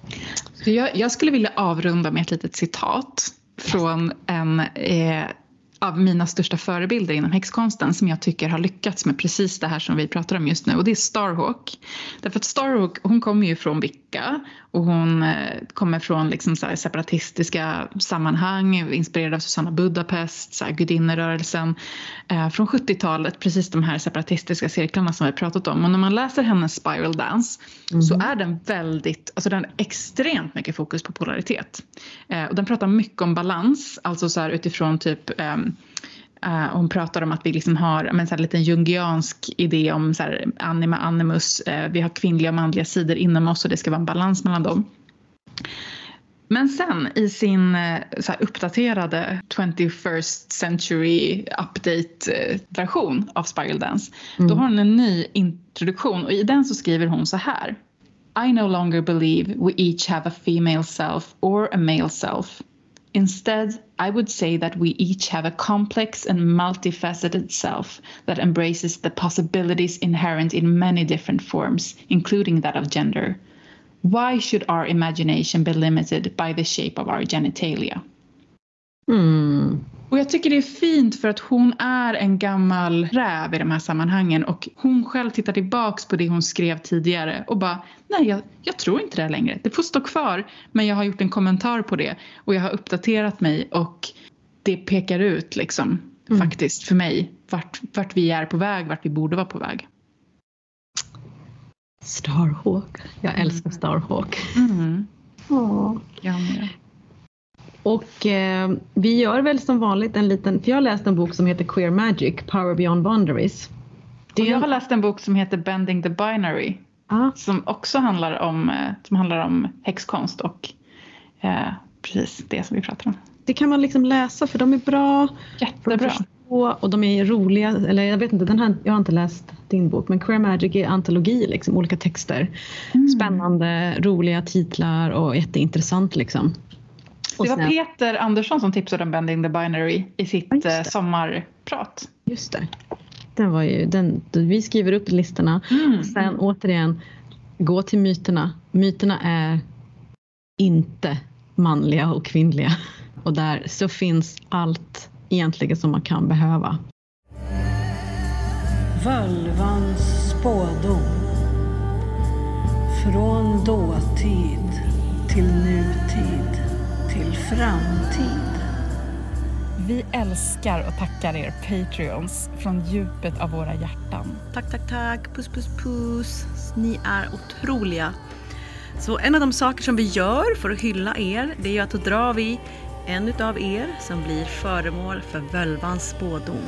Jag, jag skulle vilja avrunda med ett litet citat från en, eh, av mina största förebilder inom häxkonsten som jag tycker har lyckats med precis det här som vi pratar om just nu. Och det är Starhawk. Därför att Starhawk, hon kommer ju från Wicca och hon eh, kommer från liksom så här separatistiska sammanhang, inspirerad av Susanna Budapest, så här gudinnerörelsen eh, från sjuttiotalet, precis de här separatistiska cirklarna som vi pratat om. Och när man läser hennes Spiral Dance mm. så är den väldigt, alltså den har extremt mycket fokus på polaritet. Eh, och den pratar mycket om balans, alltså så här utifrån typ eh, Uh, hon pratar om att vi liksom har men, så här, lite jungiansk idé om så här, anima, animus. Uh, vi har kvinnliga och manliga sidor inom oss och det ska vara en balans mellan dem. Men sen i sin uh, så här, uppdaterade twenty-first century update-version uh, av Spiral Dance. Mm. Då har hon en ny introduktion och i den så skriver hon så här. I no longer believe we each have a female self or a male self. Instead, I would say that we each have a complex and multifaceted self that embraces the possibilities inherent in many different forms, including that of gender. Why should our imagination be limited by the shape of our genitalia? Mm. Och jag tycker det är fint för att hon är en gammal räv i de här sammanhangen och hon själv tittar tillbaks på det hon skrev tidigare och bara, nej jag, jag tror inte det längre. Det får stå kvar, men jag har gjort en kommentar på det och jag har uppdaterat mig och det pekar ut liksom mm. faktiskt för mig vart, vart vi är på väg, vart vi borde vara på väg. Starhawk. Jag älskar Starhawk. Mm. Åh. Jag med. Och eh, vi gör väl som vanligt en liten, för jag har läst en bok som heter Queer Magic, Power Beyond Boundaries. Det och jag har läst en bok som heter Bending the Binary. Ah. Som också handlar om, som handlar om häxkonst och eh, precis det som vi pratar om. Det kan man liksom läsa för de är bra. Jättebra. Och de är roliga, eller jag vet inte, den här, jag har inte läst din bok, men Queer Magic är antologi, liksom, olika texter. Mm. Spännande, roliga titlar och jätteintressant liksom. Det var Peter Andersson som tipsade om Bending the Binary i sitt ja, sommarprat. Just det. Den var ju, den, vi skriver upp listorna. Mm. Sen återigen, gå till myterna. Myterna är inte manliga och kvinnliga. Och där så finns allt egentligen som man kan behöva. Völvans spådom. Från dåtid till nutid. Till framtid. Vi älskar och tackar er Patreons från djupet av våra hjärtan. Tack, tack, tack. Puss, puss, puss. Ni är otroliga. Så en av de saker som vi gör för att hylla er, det är ju att då drar vi en utav er som blir föremål för völvans spådom.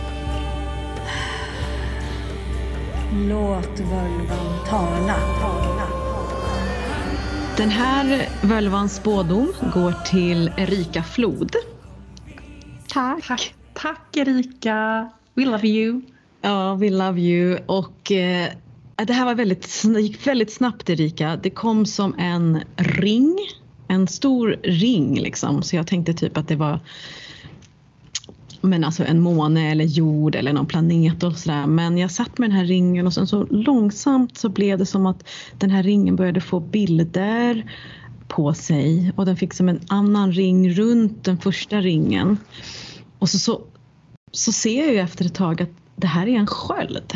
Låt völvan tala. tala. Den här völvans spådom går till Erika Flod. Tack. Tack, tack Erika. We love you. Ja, we love you. Och eh, det här var väldigt, det gick väldigt snabbt Erika. Det kom som en ring. En stor ring liksom. Så jag tänkte typ att det var men alltså en måne eller jord eller någon planet och sådär. Men jag satt med den här ringen och sen så långsamt så blev det som att den här ringen började få bilder på sig. Och den fick som en annan ring runt den första ringen. Och så, så, så ser jag ju efter ett tag att det här är en sköld.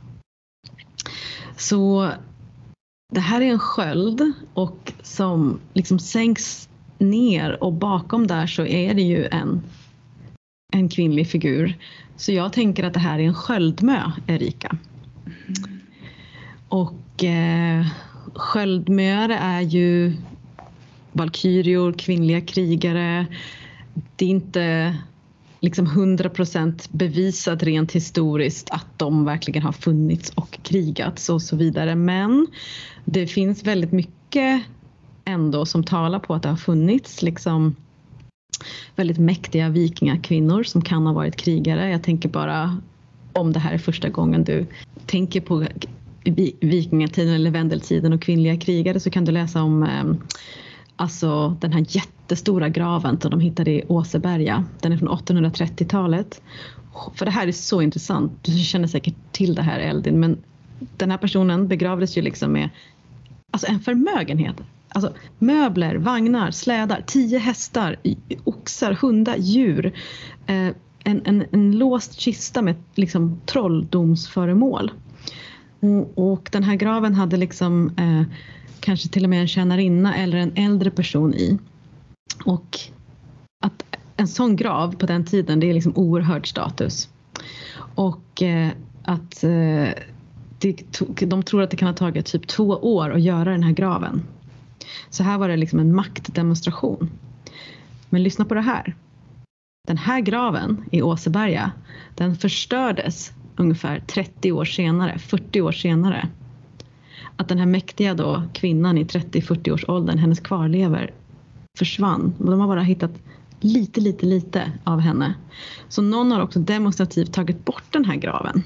Så det här är en sköld och som liksom sänks ner och bakom där så är det ju en en kvinnlig figur. Så jag tänker att det här är en sköldmö, Erika. Mm. Och eh, sköldmöre är ju valkyrior, kvinnliga krigare. Det är inte liksom hundra procent bevisat rent historiskt att de verkligen har funnits och krigats och så vidare. Men det finns väldigt mycket ändå som talar på att det har funnits liksom väldigt mäktiga vikingakvinnor som kan ha varit krigare. Jag tänker bara om det här är första gången du tänker på vikingatiden eller vendeltiden och kvinnliga krigare så kan du läsa om eh, alltså den här jättestora graven som de hittade i Åseberga. Den är från åttahundratrettiotalet. För det här är så intressant. Du känner säkert till det här Eldin, men den här personen begravdes ju liksom med alltså en förmögenhet. Alltså möbler, vagnar, slädar, tio hästar, oxar, hundar, djur, eh, en, en, en låst kista med liksom trolldomsföremål. Och, och den här graven hade liksom eh, kanske till och med en tjänarinna eller en äldre person i. Och att en sån grav på den tiden, det är liksom oerhörd status. Och eh, att eh, det tog, de tror att det kan ha tagit typ två år att göra den här graven. Så här var det liksom en maktdemonstration. Men lyssna på det här. Den här graven i Åseberga, den förstördes ungefär trettio år senare, fyrtio år senare. Att den här mäktiga då, kvinnan i trettio till fyrtio års åldern, hennes kvarlever försvann. De har bara hittat lite, lite, lite av henne. Så någon har också demonstrativt tagit bort den här graven.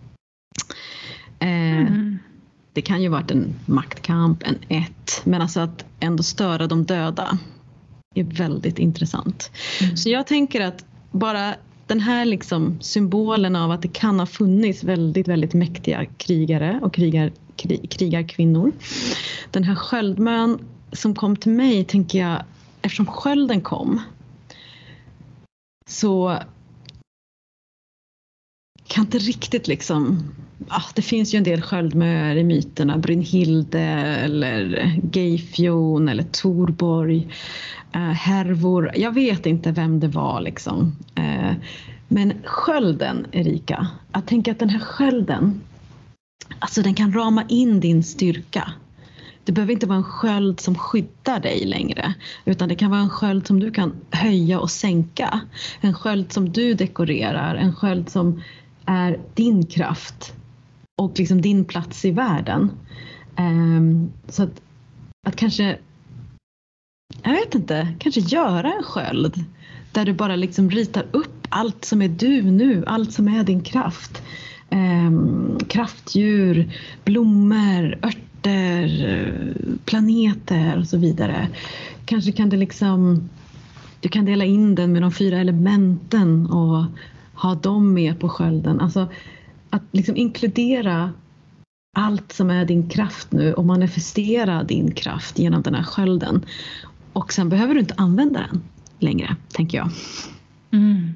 Eh, mm. Det kan ju varit en maktkamp, en ett. Men alltså att ändå störa de döda är väldigt intressant. Mm. Så jag tänker att bara den här liksom symbolen av att det kan ha funnits väldigt, väldigt mäktiga krigare och krigar, krig, krigarkvinnor. Den här sköldmön som kom till mig, tänker jag, eftersom skölden kom så kan inte riktigt liksom, ah, det finns ju en del sköldmöer i myterna, Brynhilde eller Geifjon eller Torborg, eh, Hervor, jag vet inte vem det var liksom. Eh, men skölden, Erika, jag tänker att den här skölden, alltså den kan rama in din styrka. Det behöver inte vara en sköld som skyddar dig längre, utan det kan vara en sköld som du kan höja och sänka. En sköld som du dekorerar, en sköld som är din kraft och liksom din plats i världen. Um, så att, att kanske, jag vet inte, kanske göra en sköld där du bara liksom ritar upp allt som är du nu, allt som är din kraft. Um, kraftdjur, blommor, örter, planeter och så vidare. Kanske kan det liksom, du kan dela in den med de fyra elementen och ha dem med på skölden. Alltså att liksom inkludera allt som är din kraft nu och manifestera din kraft genom den här skölden. Och sen behöver du inte använda den längre, tänker jag. Mm.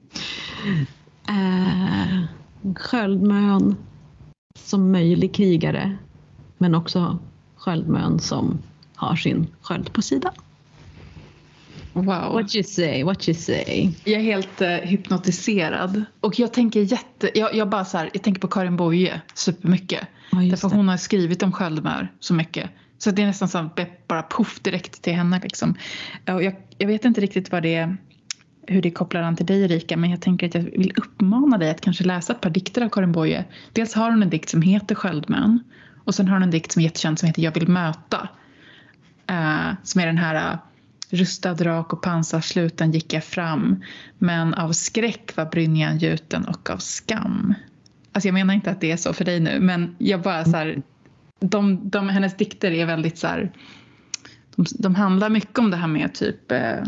Äh, sköldmön som möjlig krigare, men också sköldmön som har sin sköld på sidan. Wow. What you say, what you say. Jag är helt uh, hypnotiserad. Och jag tänker jätte, jag, jag bara så här, jag tänker på Karin Boye supermycket. Ja, därför det. Hon har skrivit om sköldmör så mycket. Så det är nästan så att bara puff direkt till henne liksom. Och jag, jag vet inte riktigt vad det är, hur det kopplar an till dig, Erika, men jag tänker att jag vill uppmana dig att kanske läsa ett par dikter av Karin Boye. Dels har hon en dikt som heter Sköldmön, och sen har hon en dikt som är jättekänd som heter Jag vill möta. Uh, som är den här uh, rustad drak och pansarsluten gick jag fram, men av skräck var brynjan gjuten och av skam. Alltså jag menar inte att det är så för dig nu, men jag bara så här, de, de, hennes dikter är väldigt så här, de, de handlar mycket om det här med typ eh,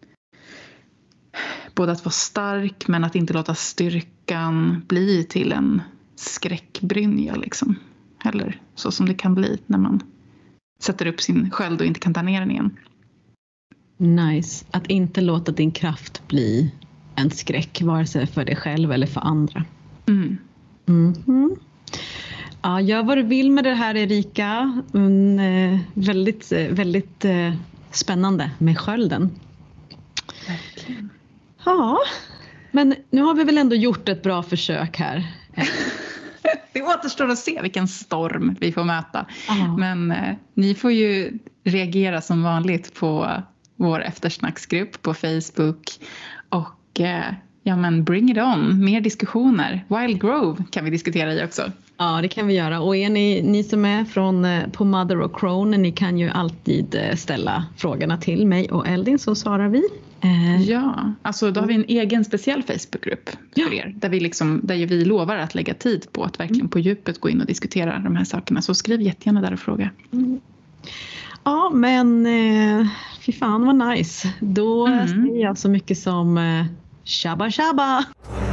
både att vara stark, men att inte låta styrkan bli till en skräckbrynja liksom. Eller så som det kan bli när man sätter upp sin sköld och inte kan ta ner den igen. Nice. Att inte låta din kraft bli en skräck, vare sig för dig själv eller för andra. Mm. Mm-hmm. Ja, gör vad du vill med det här, Erika. Mm, eh, väldigt, väldigt eh, spännande med skölden. Verkligen. Ja, men nu har vi väl ändå gjort ett bra försök här. Det återstår att se vilken storm vi får möta. Aha. Men eh, ni får ju reagera som vanligt på vår eftersnacksgrupp på Facebook. Och eh, ja, men bring it on. Mer diskussioner. Wild Grove kan vi diskutera i också. Ja, det kan vi göra. Och är ni, ni som är från eh, på Mother och Crone, ni kan ju alltid eh, ställa frågorna till mig och Eldin, så svarar vi. Eh. Ja, alltså då har vi en egen speciell Facebookgrupp för ja. er. Där vi, liksom, där vi lovar att lägga tid på att verkligen på djupet gå in och diskutera de här sakerna. Så skriv jättegärna där och fråga. Mm. Ja, men eh, fy fan vad nice. Då mm. säger jag så mycket som eh, shabba shabba.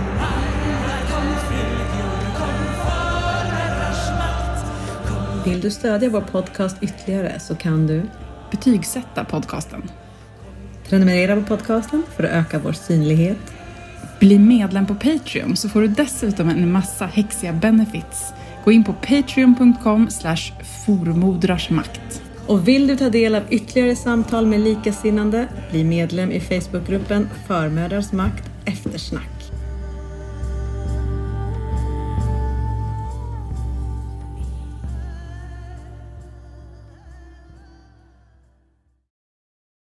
Vill du stödja vår podcast ytterligare så kan du betygsätta podcasten. Prenumerera på podcasten för att öka vår synlighet. Bli medlem på Patreon så får du dessutom en massa häxiga benefits. Gå in på patreon punkt com slash formodrarsmakt. Och vill du ta del av ytterligare samtal med likasinnande, bli medlem i Facebookgruppen Förmödrars makt eftersnack.